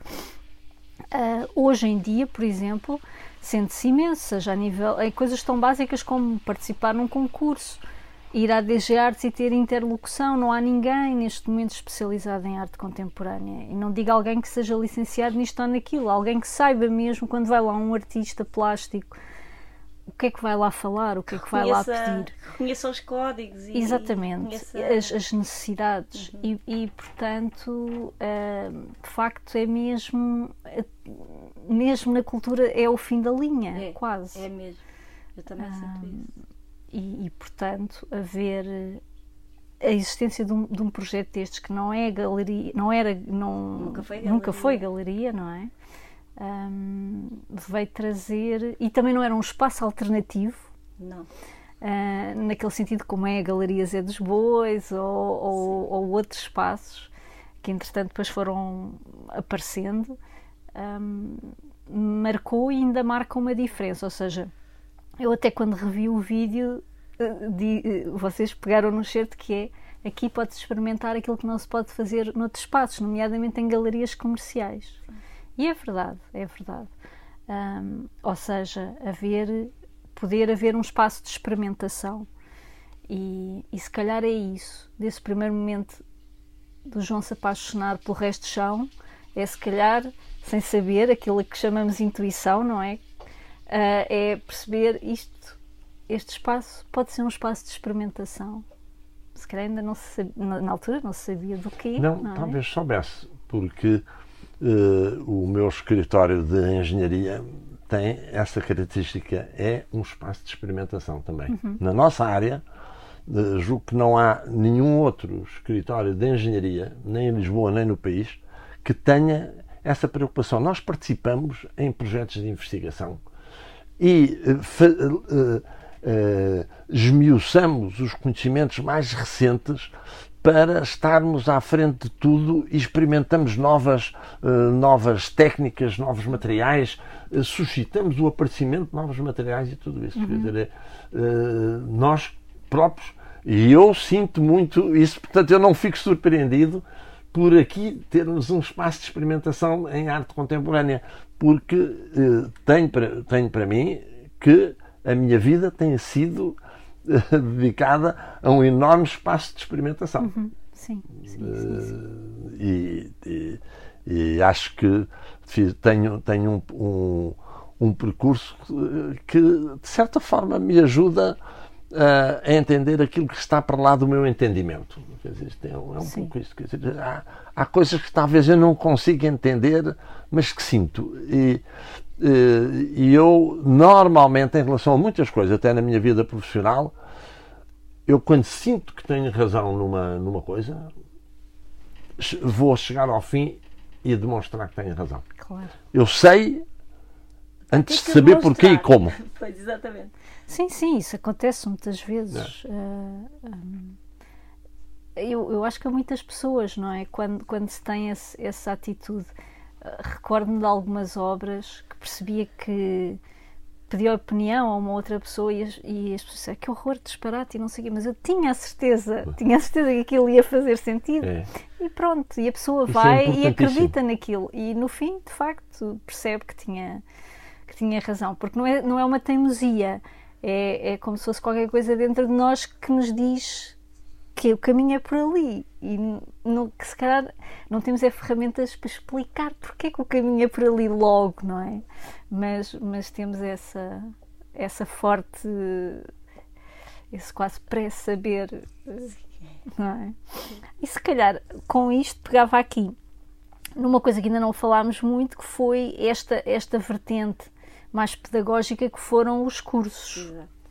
Uh, hoje em dia, por exemplo, sente-se imenso, seja a nível, em coisas tão básicas como participar num concurso, ir à D G Artes e ter interlocução. Não há ninguém neste momento especializado em arte contemporânea, e não digo alguém que seja licenciado nisto ou naquilo, alguém que saiba mesmo, quando vai lá um artista plástico, o que é que vai lá falar, o que é que vai conheça, lá pedir. Conheça os códigos. E, Exatamente, conheça... as, as necessidades. Uhum. E, e, portanto, uh, de facto, é mesmo, mesmo na cultura, é o fim da linha, é, quase. É mesmo, eu também uh, sinto isso. E, e, portanto, haver a existência de um, de um projeto destes, que não é galeria, não era, não, nunca foi galeria, nunca foi galeria, não é? Um, veio trazer, e também não era um espaço alternativo, não. uh, naquele sentido como é a Galeria Zé dos Bois ou, ou, ou outros espaços que entretanto depois foram aparecendo, um, marcou e ainda marca uma diferença. Ou seja, eu até quando revi o vídeo, uh, de, uh, vocês pegaram no certo que é aqui pode-se experimentar aquilo que não se pode fazer noutros espaços, nomeadamente em galerias comerciais. E é verdade, é verdade. Um, ou seja, haver, poder haver um espaço de experimentação. E, e se calhar é isso, desse primeiro momento do João se apaixonar pelo resto do chão, é se calhar, sem saber, aquilo que chamamos intuição, não é? Uh, é perceber isto, este espaço pode ser um espaço de experimentação. Se calhar ainda não se sabia, na, na altura não se sabia do quê. Não, não talvez é? soubesse, porque uh, o meu escritório de engenharia tem essa característica, é um espaço de experimentação também. Uhum. Na nossa área, uh, julgo que não há nenhum outro escritório de engenharia, nem em Lisboa nem no país, que tenha essa preocupação. Nós participamos em projetos de investigação e uh, uh, Uh, esmiuçamos os conhecimentos mais recentes para estarmos à frente de tudo e experimentamos novas, uh, novas técnicas, novos materiais, uh, suscitamos o aparecimento de novos materiais e tudo isso. Uhum. Quer dizer, uh, nós próprios, e eu sinto muito isso, portanto eu não fico surpreendido por aqui termos um espaço de experimentação em arte contemporânea, porque uh, tenho, para, tenho para mim que a minha vida tem sido uh, dedicada a um enorme espaço de experimentação. Uhum. Sim, sim, sim, sim. Uh, e, e, e acho que fiz, tenho, tenho um, um, um percurso que, de certa forma, me ajuda uh, a entender aquilo que está para lá do meu entendimento. Quer dizer, é um, é um pouco isso. Quer dizer, há, há coisas que talvez eu não consiga entender, mas que sinto. E, E eu, normalmente, em relação a muitas coisas, até na minha vida profissional, eu, quando sinto que tenho razão numa, numa coisa, vou chegar ao fim e demonstrar que tenho razão. Claro. Eu sei antes de saber porquê e como. Pois, exatamente. Sim, sim, isso acontece muitas vezes. É. Uh, um, eu, eu acho que há muitas pessoas, não é? Quando, quando se tem esse, essa atitude. Recordo-me de algumas obras que percebia que pedia opinião a uma outra pessoa e as, e as pessoas disseram que horror, disparate e não sei o quê, mas eu tinha a certeza, tinha a certeza que aquilo ia fazer sentido. É. E pronto, e a pessoa Isso vai é e acredita naquilo e no fim, de facto, percebe que tinha, que tinha razão, porque não é, não é uma teimosia, é, é como se fosse qualquer coisa dentro de nós que nos diz que o caminho é por ali e não, que se calhar não temos é ferramentas para explicar porque é que o caminho é por ali logo, não é? Mas, mas temos essa, essa forte, esse quase pré-saber, não é? E se calhar com isto pegava aqui numa coisa que ainda não falámos muito, que foi esta, esta vertente mais pedagógica que foram os cursos. Exato.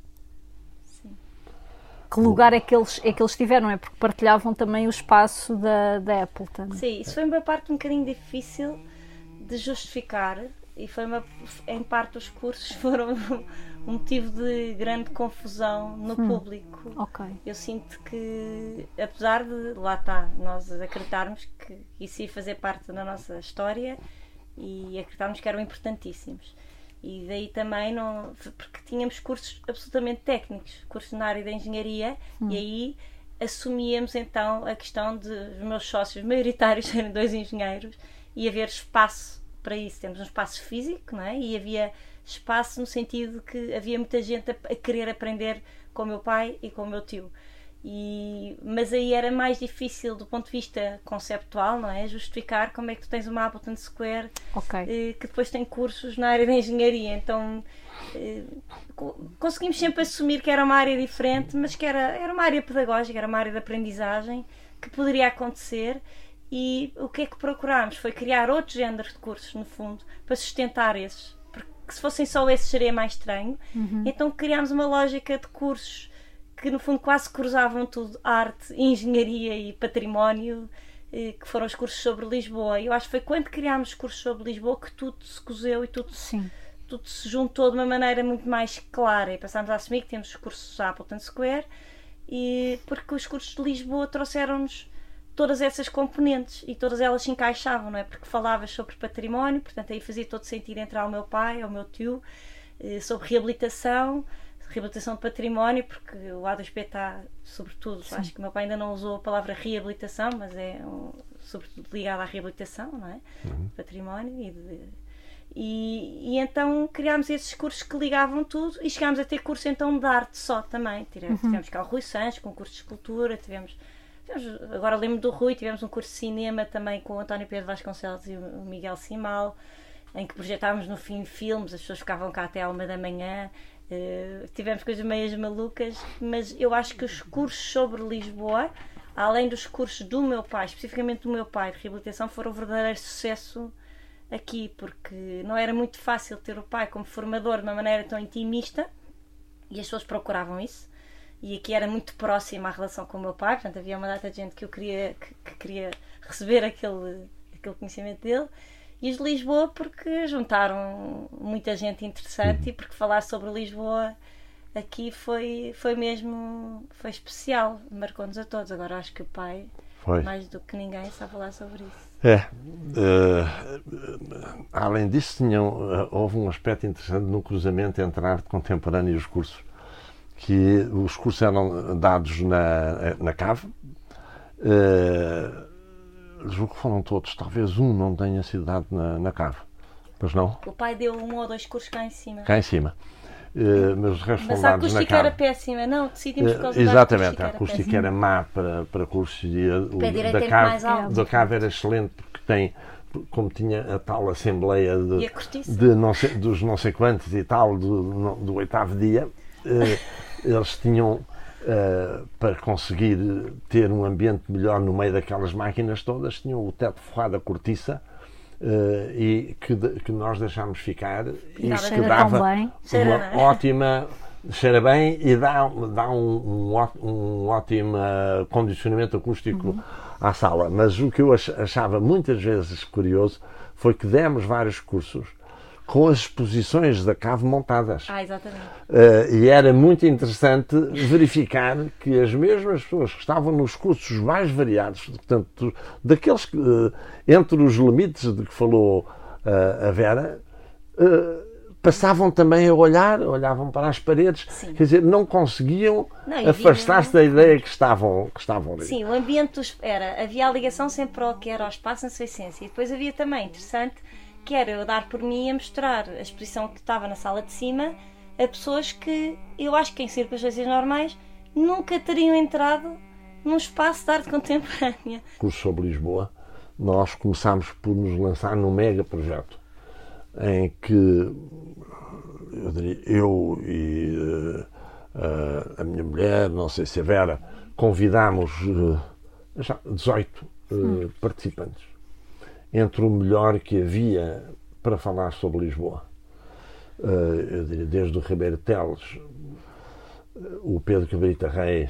Que lugar é que, eles, é que eles tiveram, é? Porque partilhavam também o espaço da, da Appleton. Sim, isso foi uma parte um bocadinho difícil de justificar e foi uma, em parte os cursos foram um motivo de grande confusão no hum, público. Okay. Eu sinto que, apesar de, lá está, nós acreditarmos que isso ia fazer parte da nossa história e acreditarmos que eram importantíssimos. E daí também, não, porque tínhamos cursos absolutamente técnicos, cursos na área da engenharia, hum. e aí assumíamos então a questão de os meus sócios maioritários serem dois engenheiros e haver espaço para isso. Temos um espaço físico, não é? E havia espaço no sentido que havia muita gente a, a querer aprender com o meu pai e com o meu tio. E, mas aí era mais difícil do ponto de vista conceptual, não é? Justificar como é que tu tens uma Appleton Square okay. eh, que depois tem cursos na área da engenharia. Então eh, conseguimos sempre assumir que era uma área diferente, mas que era, era uma área pedagógica, era uma área de aprendizagem que poderia acontecer. E o que é que procurámos? Foi criar outros géneros de cursos, no fundo, para sustentar esses. Porque se fossem só esses seria mais estranho. Uhum. Então criámos uma lógica de cursos que no fundo quase cruzavam tudo, arte, engenharia e património, que foram os cursos sobre Lisboa. E eu acho que foi quando criámos os cursos sobre Lisboa que tudo se cozeu e tudo Sim. tudo se juntou de uma maneira muito mais clara e passámos a assumir que temos os cursos à Appleton Square, e porque os cursos de Lisboa trouxeram-nos todas essas componentes e todas elas se encaixavam, não é? Porque falavas sobre património, portanto aí fazia todo sentido entrar o meu pai, o meu tio, sobre reabilitação, reabilitação de património, porque o A dois P está, sobretudo, sim, acho que o meu pai ainda não usou a palavra reabilitação, mas é um, sobretudo ligado à reabilitação, não é? Uhum. Património e, de, e, e então criámos esses cursos que ligavam tudo e chegámos a ter curso então de arte só também. Tivemos, uhum. tivemos cá o Rui Sanches com um curso de escultura, tivemos, tivemos agora lembro do Rui, tivemos um curso de cinema também com o António Pedro Vasconcelos e o Miguel Simal, em que projetávamos no fim filmes, as pessoas ficavam cá até à uma da manhã, uh, tivemos coisas meias malucas, mas eu acho que os cursos sobre Lisboa, além dos cursos do meu pai, especificamente do meu pai de reabilitação, foram um verdadeiro sucesso aqui, porque não era muito fácil ter o pai como formador de uma maneira tão intimista, e as pessoas procuravam isso, e aqui era muito próxima a relação com o meu pai, portanto havia uma data de gente que eu queria, que, que queria receber aquele, aquele conhecimento dele. E os de Lisboa porque juntaram muita gente interessante e porque falar sobre Lisboa aqui foi, foi mesmo foi especial, marcou-nos a todos. Agora acho que o pai, foi. mais do que ninguém, sabe falar sobre isso. É, uh, além disso tinham, uh, houve um aspecto interessante no cruzamento entre a arte contemporânea e os cursos, que os cursos eram dados na, na cave, uh, julgo que foram todos, talvez um não tenha sido dado na, na cave, pois não? O pai deu um ou dois cursos cá em cima. Cá em cima. Uh, mas os restos mas foram a dados na acústica cave. era péssima, não? Decidimos por causa uh, da exatamente, acústica. a acústica era, era má para, para cursos e a, o, o da, cave, da cave era excelente porque tem, como tinha a tal assembleia de, de não sei, dos não sei quantos e tal, do, do oitavo dia, uh, eles tinham. Uh, para conseguir ter um ambiente melhor no meio daquelas máquinas todas, tinham o teto forrado a cortiça uh, e que, de, que nós deixámos ficar e isso que dava uma cheira, ótima, cheira bem e dá, dá um, um, um ótimo condicionamento acústico uhum. à sala. Mas o que eu achava muitas vezes curioso foi que demos vários cursos com as exposições da cave montadas. Ah, exatamente. Uh, e era muito interessante verificar que as mesmas pessoas que estavam nos cursos mais variados, portanto, daqueles que, uh, entre os limites de que falou uh, a Vera, uh, passavam também a olhar, olhavam para as paredes, sim. Quer dizer, não conseguiam não, afastar-se da ideia que estavam, que estavam ali. Sim, o ambiente era, havia a ligação sempre ao que era o espaço na sua essência, e depois havia também, interessante, que era eu dar por mim a mostrar a exposição que estava na sala de cima a pessoas que eu acho que em circunstâncias normais nunca teriam entrado num espaço de arte contemporânea. Curso sobre Lisboa, nós começámos por nos lançar num mega projeto em que eu, diria, eu e uh, uh, a minha mulher, não sei se a Vera, convidámos uh, já dezoito uh, hum. participantes. Entre o melhor que havia para falar sobre Lisboa. Uh, eu diria, desde o Ribeiro Teles, uh, o Pedro Cabrita Reis,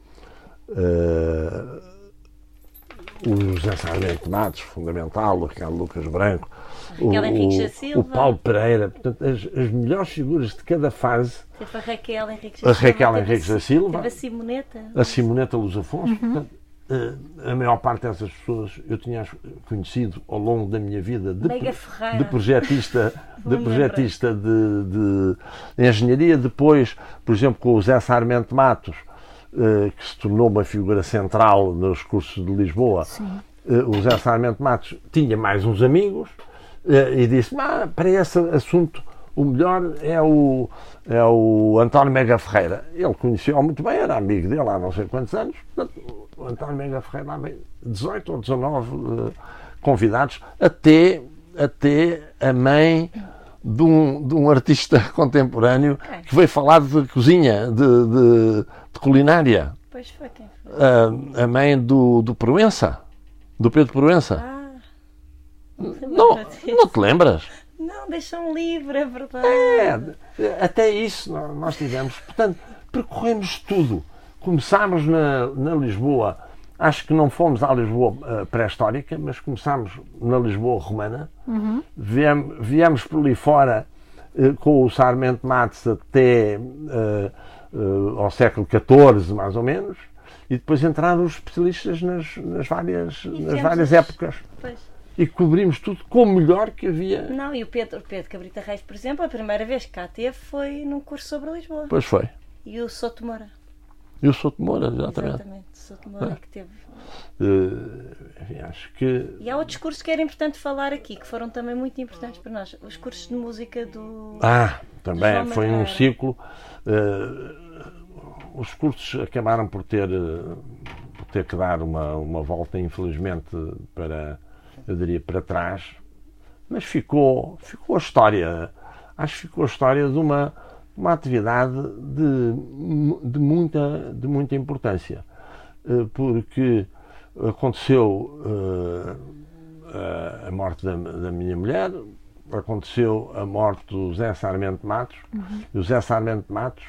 uh, o José Sarmento Matos, fundamental, o Ricardo Lucas Branco, o, o, o Paulo Pereira, portanto, as, as melhores figuras de cada fase. Teve a Raquel Henriques da Silva. A Raquel Henriques da Silva. Teve a Simoneta. A Simoneta Luz Afonso. Uhum. Portanto, a maior parte dessas pessoas eu tinha conhecido ao longo da minha vida de, de projetista, de, projetista de, de engenharia. Depois, por exemplo, com o Zé Sarmento Matos, que se tornou uma figura central nos cursos de Lisboa. Sim. O Zé Sarmento Matos tinha mais uns amigos e disse: ah, para esse assunto o melhor é o, é o António Mega Ferreira. Ele conheceu muito bem, era amigo dele há não sei quantos anos. Portanto, o António Mega Ferreira lá veio dezoito ou dezanove uh, convidados, até, até a mãe de um, de um artista contemporâneo que veio falar de cozinha, de, de, de culinária. Pois foi, quem foi? Uh, a mãe do, do Proença, do Pedro Proença. Ah, não, não te lembras? Não, deixam livre, é verdade. É, até isso nós, nós tivemos. Portanto, percorremos tudo. Começámos na, na Lisboa, acho que não fomos à Lisboa uh, pré-histórica, mas começámos na Lisboa romana. Uhum. Viemos, viemos por ali fora, com o Sarmento Matos até uh, uh, ao século catorze, mais ou menos, e depois entraram os especialistas nas, nas várias, nas várias épocas. Pois. E cobrimos tudo como melhor que havia. Não, e o Pedro, o Pedro Cabrita Reis, por exemplo, a primeira vez que cá teve foi num curso sobre Lisboa. Pois foi. E o Souto Moura. E o Souto Moura, exatamente. Exatamente, o Souto Moura é que teve. Uh, acho que... E há outros cursos que era importante falar aqui, que foram também muito importantes para nós. Os cursos de música do... Ah, também, foi um ciclo. Uh, os cursos acabaram por ter, por ter que dar uma, uma volta, infelizmente, para... eu diria para trás, mas ficou, ficou a história, acho que ficou a história de uma, uma atividade de, de, muita, de muita importância, porque aconteceu uh, a morte da, da minha mulher, aconteceu a morte do Zé Sarmento Matos, uhum. E o Zé Sarmento Matos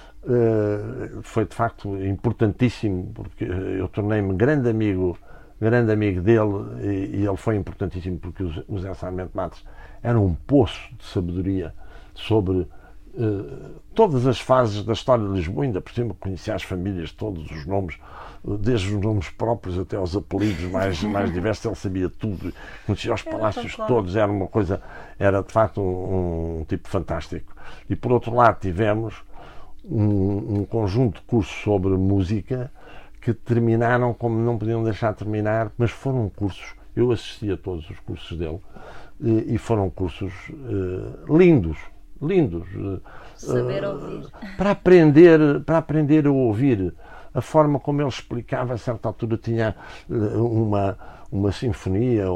uh, foi de facto importantíssimo, porque eu tornei-me grande amigo grande amigo dele, e, e ele foi importantíssimo porque o Zé Sarmento Matos era um poço de sabedoria sobre uh, todas as fases da história de Lisboa, ainda por cima conhecia as famílias, todos os nomes, desde os nomes próprios até aos apelidos mais, mais diversos, ele sabia tudo, conhecia os palácios todos, era uma coisa, era de facto um, um tipo fantástico. E por outro lado tivemos um, um conjunto de cursos sobre música que terminaram como não podiam deixar de terminar, mas foram cursos, eu assisti a todos os cursos dele, e, e foram cursos uh, lindos, lindos. Saber uh, ouvir. Para aprender, para aprender a ouvir. A forma como ele explicava, a certa altura tinha uma, uma sinfonia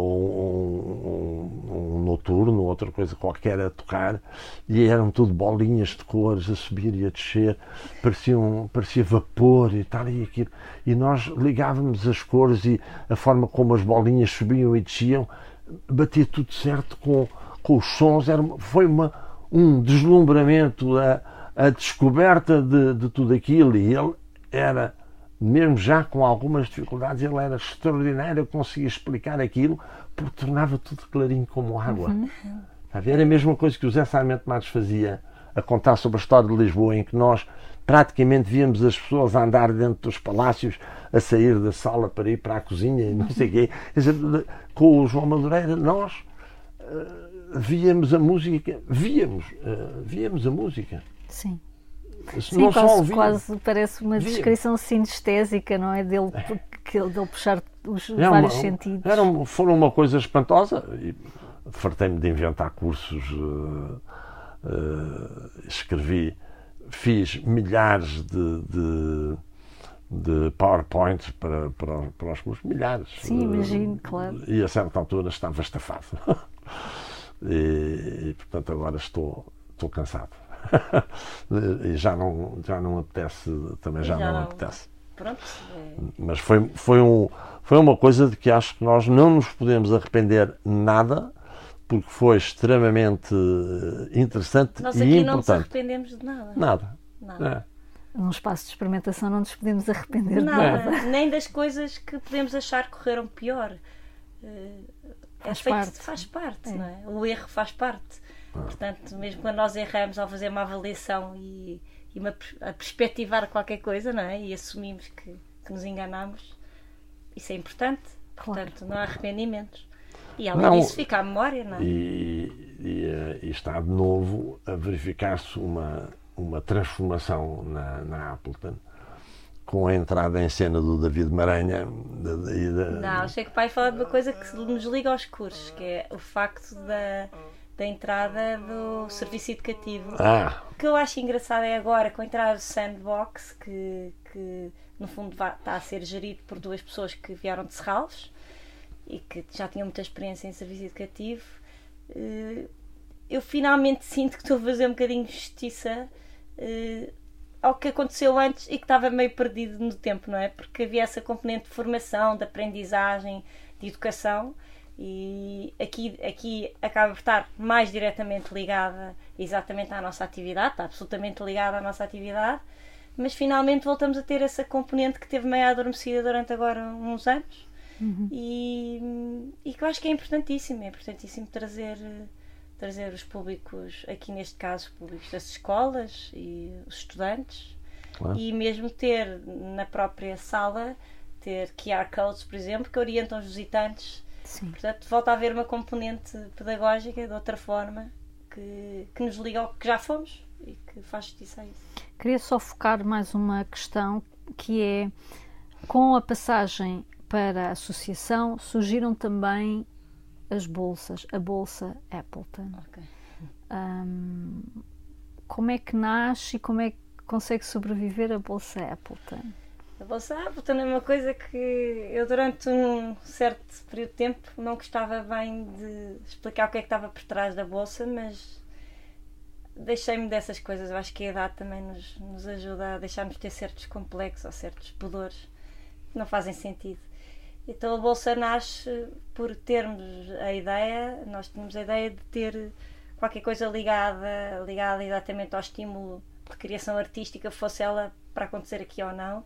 ou um, um, um noturno, outra coisa qualquer a tocar, e eram tudo bolinhas de cores a subir e a descer, pareciam, parecia vapor e tal e aquilo. E nós ligávamos as cores e a forma como as bolinhas subiam e desciam, batia tudo certo com, com os sons. Era, foi uma, um deslumbramento, a, a descoberta de, de tudo aquilo, e ele era, mesmo já com algumas dificuldades, ele era extraordinário, conseguia explicar aquilo, porque tornava tudo clarinho como água. Uhum. Era a mesma coisa que o Zé Sarmento Matos fazia, a contar sobre a história de Lisboa, em que nós praticamente víamos as pessoas a andar dentro dos palácios, a sair da sala para ir para a cozinha e não sei o quê. Quer dizer, com o João Madureira, nós uh, víamos a música, víamos, uh, víamos a música. Sim. Sim, não quase, quase parece uma descrição sinestésica, não é? Dele, dele, dele puxar os é vários uma, sentidos. Era, foram uma coisa espantosa. E fartei-me de inventar cursos, uh, uh, escrevi, fiz milhares de, de, de PowerPoints para, para, para os cursos, milhares. Sim, imagino, uh, claro. E a certa altura estava estafado. e, e portanto agora estou, estou cansado. E já não, já não apetece, também já, já não, não apetece. Pronto. É... Mas foi, foi, um, foi uma coisa de que acho que nós não nos podemos arrepender nada, porque foi extremamente interessante nós e aqui importante. Não nos arrependemos de nada. Nada. nada. É. Num espaço de experimentação não nos podemos arrepender nada, de nada. Nem das coisas que podemos achar que correram pior. Faz é feito, parte. Faz parte, é. Não é? O erro faz parte. Portanto, mesmo quando nós erramos ao fazer uma avaliação e, e uma, a perspectivar qualquer coisa, não é? E assumimos que, que nos enganamos, isso é importante. Claro. Portanto, não há arrependimentos. E além não, disso fica à memória, não é? E, e, e está de novo a verificar-se uma, uma transformação na, na Appleton, com a entrada em cena do David Maranha. Da, da, não, achei que o pai fala de uma coisa que nos liga aos cursos, que é o facto da... da entrada do serviço educativo. Ah. O que eu acho engraçado é agora, com a entrada do Sandbox, que, que no fundo vai, está a ser gerido por duas pessoas que vieram de Serralves e que já tinham muita experiência em serviço educativo, eu finalmente sinto que estou a fazer um bocadinho de justiça ao que aconteceu antes e que estava meio perdido no tempo, não é? Porque havia essa componente de formação, de aprendizagem, de educação. E aqui, aqui acaba por estar mais diretamente ligada exatamente à nossa atividade, está absolutamente ligada à nossa atividade, mas finalmente voltamos a ter essa componente que teve meio adormecida durante agora uns anos. Uhum. e, e que eu acho que é importantíssimo, é importantíssimo trazer, trazer os públicos, aqui neste caso, públicos das escolas e os estudantes, claro. E mesmo ter na própria sala, ter Q R codes, por exemplo, que orientam os visitantes. Sim. Portanto, volta a haver uma componente pedagógica de outra forma que, que nos liga ao que já fomos e que faz justiça a isso. Queria só focar mais uma questão, que é, com a passagem para a associação, surgiram também as bolsas, a Bolsa Appleton. Okay. Um, como é que nasce e como é que consegue sobreviver a Bolsa Appleton? A Bolsa Appleton é uma coisa que eu, durante um certo período de tempo, não gostava bem de explicar o que é que estava por trás da Bolsa, mas deixei-me dessas coisas. Eu acho que a idade também nos, nos ajuda a deixar-nos ter certos complexos ou certos pudores que não fazem sentido. Então a Bolsa nasce por termos a ideia, nós tínhamos a ideia de ter qualquer coisa ligada, ligada exatamente ao estímulo de criação artística, fosse ela para acontecer aqui ou não.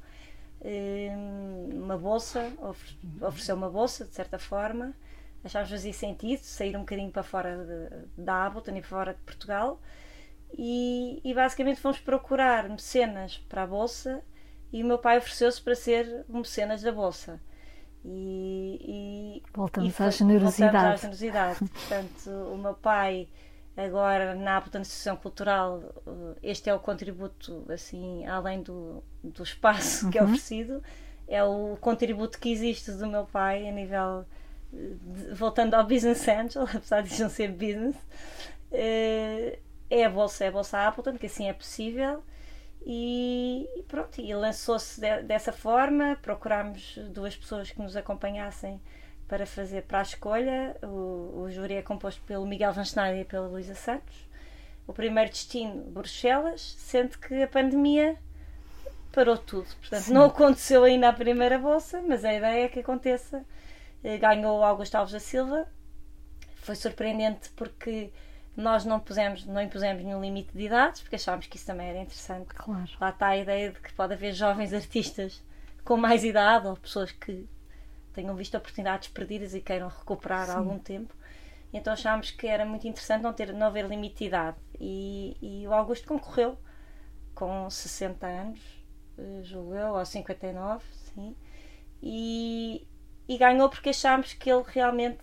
Uma bolsa, oferecer uma bolsa, de certa forma. Achámos fazia sentido sair um bocadinho para fora de, da Appleton e para fora de Portugal. E, e basicamente fomos procurar mecenas para a Bolsa e o meu pai ofereceu-se para ser um mecenas da Bolsa. E, e, voltamos, e foi, à generosidade. voltamos à generosidade. Portanto, o meu pai, agora na Appleton Associação Cultural, este é o contributo, assim, além do, do espaço que é oferecido, é o contributo que existe do meu pai a nível, de, voltando ao Business Angel, apesar de não ser business, é a Bolsa, é a Bolsa Appleton, que assim é possível. E pronto, e lançou-se de, dessa forma. Procurámos duas pessoas que nos acompanhassem para fazer para a escolha. O, o júri é composto pelo Miguel Van Schneider e pela Luísa Santos. O primeiro destino, Bruxelas, sendo que a pandemia parou tudo. Portanto, sim, não aconteceu ainda a primeira bolsa, mas a ideia é que aconteça. Ganhou Augusto Alves da Silva. Foi surpreendente porque nós não, pusemos, não impusemos nenhum limite de idades, porque achámos que isso também era interessante. Claro. Lá está a ideia de que pode haver jovens artistas com mais idade ou pessoas que tenham visto oportunidades perdidas e queiram recuperar há algum tempo. Então achámos que era muito interessante não, ter, não haver limite de idade. E, e o Augusto concorreu com sessenta anos, julgo eu, ou cinquenta e nove, sim. E, e ganhou porque achámos que ele realmente...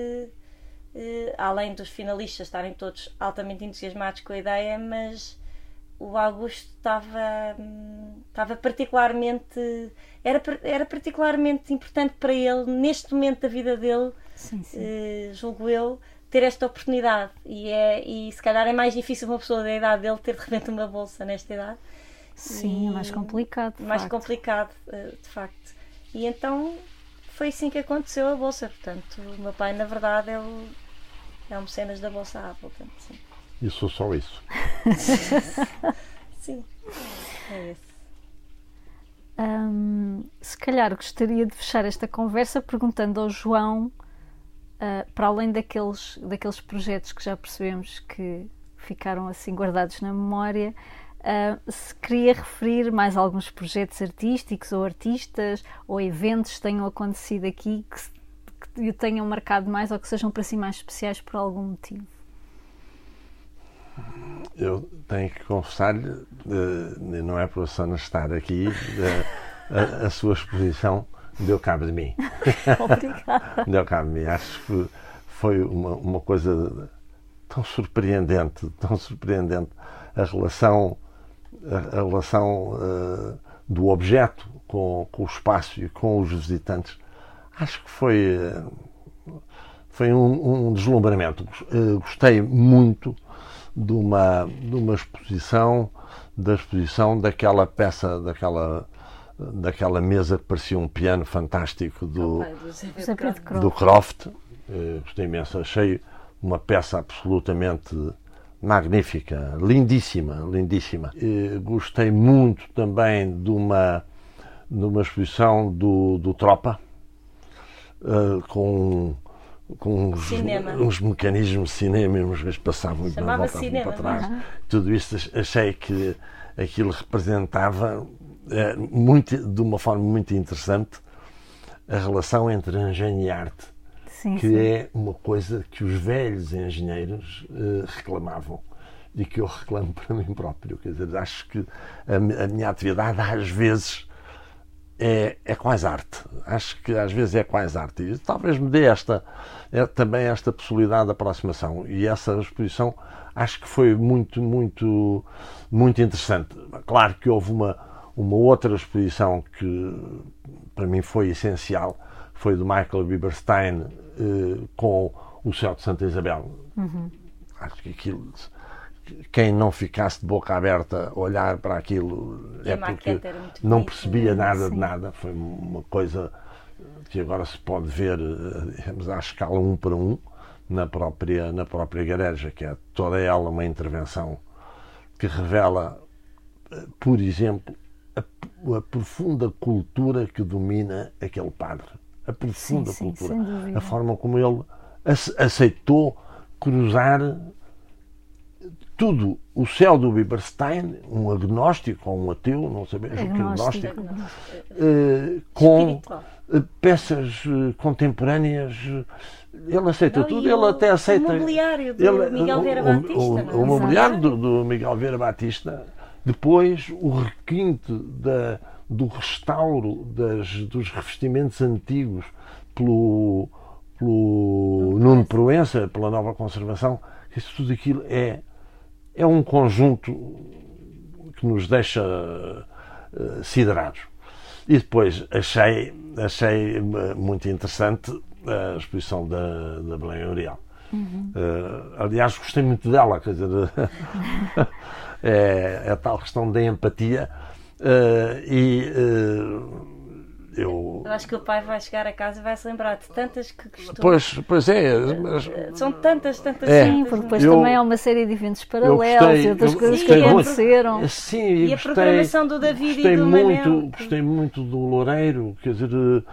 Uh, além dos finalistas estarem todos altamente entusiasmados com a ideia, mas o Augusto estava, estava particularmente era, era particularmente importante para ele, neste momento da vida dele, sim, sim. Uh, julgo eu, ter esta oportunidade, e, é, e se calhar é mais difícil uma pessoa da idade dele ter de repente uma bolsa nesta idade. Sim, e, é mais complicado, de mais facto. complicado, uh, de facto. E então foi assim que aconteceu a bolsa. Portanto, o meu pai, na verdade, é o É um mecenas da Bolsa Appleton, sim. E sou só isso. Sim, é isso. Hum, se calhar gostaria de fechar esta conversa perguntando ao João, uh, para além daqueles, daqueles projetos que já percebemos que ficaram assim guardados na memória, uh, se queria referir mais alguns projetos artísticos ou artistas ou eventos que tenham acontecido aqui que que o tenham marcado mais ou que sejam para si mais especiais por algum motivo. Eu tenho que confessar-lhe, não é por a Susana estar aqui, a, a sua exposição deu cabo de mim. Obrigada. Deu cabo de mim. Acho que foi uma, uma coisa tão surpreendente, tão surpreendente a relação, a, a relação uh, do objeto com, com o espaço e com os visitantes. Acho que foi, foi um, um deslumbramento. Gostei muito de uma, de uma exposição, da exposição daquela peça, daquela, daquela mesa que parecia um piano fantástico do, oh, do, do Croft. Gostei imenso. Achei uma peça absolutamente magnífica, lindíssima, lindíssima. E gostei muito também de uma, de uma exposição do, do Tropa. Uh, com, com uns, uns mecanismos de cinema, umas vezes passavam e voltavam para trás. Uhum. Tudo isso achei que aquilo representava uh, muito, de uma forma muito interessante a relação entre engenho e arte. sim, que sim. é uma coisa que os velhos engenheiros uh, reclamavam e que eu reclamo para mim próprio. Quer dizer, acho que a, a minha atividade às vezes é, é quase arte. Acho que às vezes é quase arte. E talvez me dê esta, é, também esta possibilidade de aproximação. E essa exposição acho que foi muito, muito, muito interessante. Claro que houve uma, uma outra exposição que para mim foi essencial, foi do Michael Bieberstein eh, com o Céu de Santa Isabel. Uhum. Acho que aquilo, quem não ficasse de boca aberta a olhar para aquilo E é a porque maquete era muito não bonita, percebia não é? nada de Sim. nada. Foi uma coisa que agora se pode ver, eh, digamos, à escala um para um, na própria, na própria igreja, que é toda ela uma intervenção que revela, eh, por exemplo, a, a profunda cultura que domina aquele padre. A profunda Sim, sim, cultura. sem dúvida. A forma como ele ace- aceitou cruzar tudo. O céu do Bieberstein, um agnóstico ou um ateu, não sabemos o que é Agnóstico. agnóstico, eh, com Espiritual. eh, peças eh, contemporâneas. Ele aceita Não, tudo, e ele o- até aceita. o mobiliário do ele- Miguel o- Vieira o- Batista, O, não é? o mobiliário Exato. do, do Miguel Vieira Batista, depois o requinte da, do restauro das, dos revestimentos antigos pelo, pelo Nuno Proença, pela nova conservação. Isso tudo aquilo é, é um conjunto que nos deixa uh, siderados. E depois achei, achei uh, muito interessante a exposição da, da Belém Uriel. Uhum. Uh, aliás, gostei muito dela, quer dizer, é, é a tal questão da empatia. Uh, e uh, eu. Eu acho que o pai vai chegar a casa e vai se lembrar de tantas que gostou. Pois, pois é, mas São tantas, tantas, É. Sim, tantas, porque depois Eu- também há uma série de eventos eu paralelos gostei, e outras eu coisas que gostei muito. aconteceram. Sim, E a gostei, programação do David gostei e do muito, Manel. gostei muito do Loureiro, quer dizer, uh,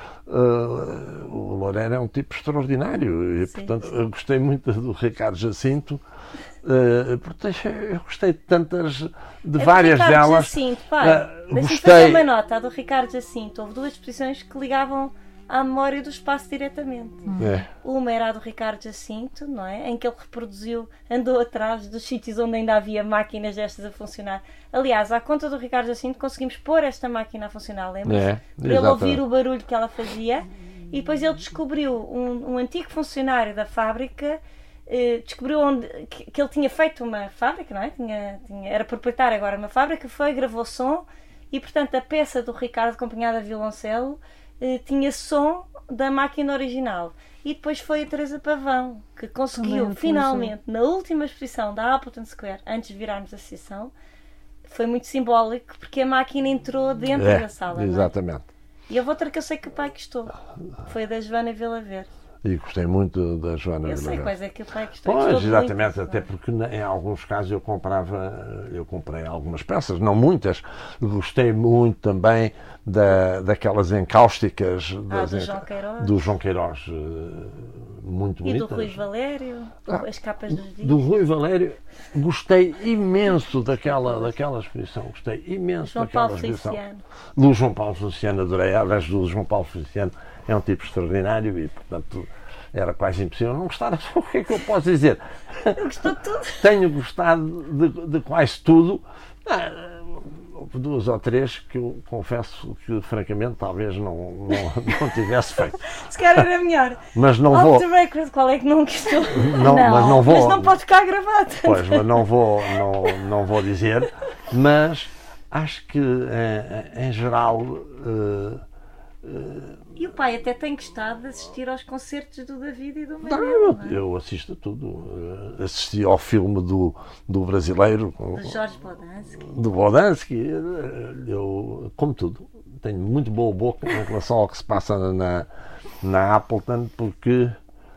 uh, o Loureiro é um tipo extraordinário e, Sim, portanto, sim. eu gostei muito do Ricardo Jacinto, uh, portanto, eu gostei de tantas, de É do várias Ricardo delas. Jacinto, pai. Uh, Deixa-me gostei. fazer uma nota. A do Ricardo Jacinto. Houve duas exposições que ligavam à memória do espaço diretamente. É, Uma era a do Ricardo Jacinto, não é? Em que ele reproduziu, andou atrás dos sítios onde ainda havia máquinas destas a funcionar. Aliás, à conta do Ricardo Jacinto conseguimos pôr esta máquina a funcionar, lembra-se? É, Para ele exatamente. ouvir o barulho que ela fazia. E depois ele descobriu um, um antigo funcionário da fábrica, eh, descobriu onde, que, que ele tinha feito uma fábrica, não é? Tinha, tinha, era proprietário agora de uma fábrica, foi, gravou som e, portanto, a peça do Ricardo, acompanhada de violoncelo, eh, tinha som da máquina original. E depois foi a Teresa Pavão, que Também conseguiu, utilizou. finalmente, na última exposição da Appleton Square, antes de virarmos a sessão, foi muito simbólico, porque a máquina entrou dentro é, da sala. não é? exatamente. E a outra que eu sei que o pai gostou foi a da Joana Vilaver. E gostei muito da Joana Eu sei Vilaver. quais é que o pai gostou. Pois, Gostou exatamente, muito. até porque em alguns casos eu comprava, eu comprei algumas peças, não muitas. Gostei muito também da, daquelas encáusticas Ah, das do enca- João Queiroz. do João Queiroz, eh, muito E do bonitas. Rui Valério, Ah, as capas dos Do discos. Rui Valério, gostei imenso daquela, daquela exposição, gostei imenso João daquela Paulo exposição. Feliciano. Do João Paulo Feliciano, adorei. Aliás, do João Paulo Feliciano é um tipo extraordinário e, portanto, era quase impossível não gostar. O que é que eu posso dizer? Gostou de tudo. Tenho gostado de, de quase tudo. Ah, houve duas ou três que eu confesso que, francamente, talvez não, não, não tivesse feito. Se calhar era melhor. Mas não Off vou. the record, qual é que não gostou? Não, mas não vou. Mas não pode ficar gravado. Pois, mas não vou, não, não vou dizer. Mas acho que, em, em geral, eh, E o pai até tem gostado de assistir aos concertos do David e do não, Manuel. eu, não é? eu assisto a tudo. Eh, Assisti ao filme do, do brasileiro, Do Jorge Bodansky. do Bodansky. eh, Eu, como tudo, tenho muito boa boca em relação ao que se passa na, na Appleton, porque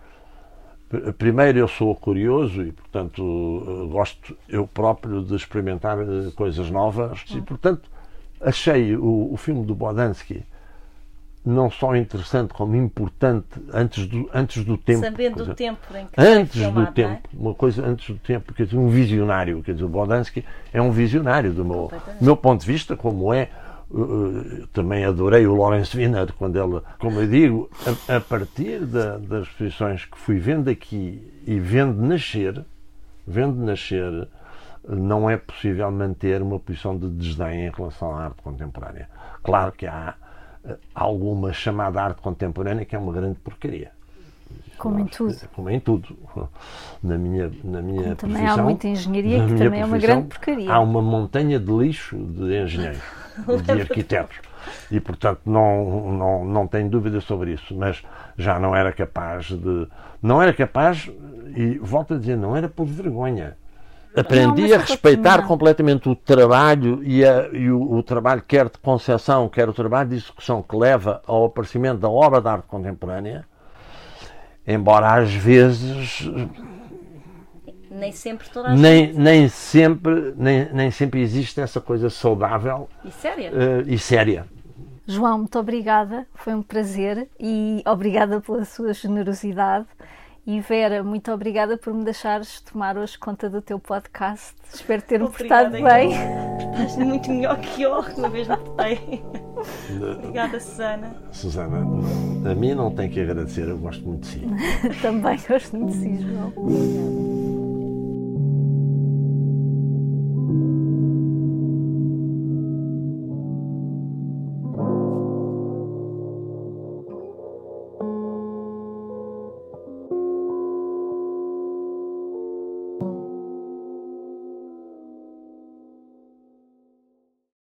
pr- primeiro eu sou curioso e, portanto, eh, gosto eu próprio de experimentar eh, coisas novas e, portanto, achei o, o filme do Bodansky não só interessante como importante antes do, antes do tempo. Sabendo quer do dizer, tempo em que foi Antes filmado, do não é? tempo, uma coisa antes do tempo, quer dizer, um visionário, quer dizer, o Bodansky é um visionário do meu, Completamente. meu ponto de vista, como é Uh, também adorei o Lawrence Wiener, quando ele, como eu digo, a, a partir da, das exposições que fui vendo aqui e vendo nascer, vendo nascer, não é possível manter uma posição de desdém em relação à arte contemporânea. Claro que há uh, alguma chamada arte contemporânea que é uma grande porcaria. Como em tudo. Como em tudo. Na minha, na minha Como também profissão, há muita engenharia que também é uma grande porcaria. Há uma montanha de lixo de engenheiros, de arquitetos. E, portanto, não, não, não tenho dúvida sobre isso. Mas já não era capaz de... Não era capaz, e volto a dizer, não era por vergonha. Aprendi não, a respeitar completamente o trabalho e, a, e o, o trabalho quer de concepção, quer o trabalho de execução que leva ao aparecimento da obra de arte contemporânea, embora às vezes nem sempre toda a nem, gente nem sempre nem, nem sempre existe essa coisa saudável e séria. Uh, e séria. João, muito obrigada, foi um prazer e obrigada pela sua generosidade. E Vera, muito obrigada por me deixares tomar hoje conta do teu podcast. Espero ter-me portado bem. Estás muito melhor que eu, uma vez me portei. Obrigada, Susana. Susana, a mim não tem que agradecer, eu gosto muito de si. Também gosto muito de si, João.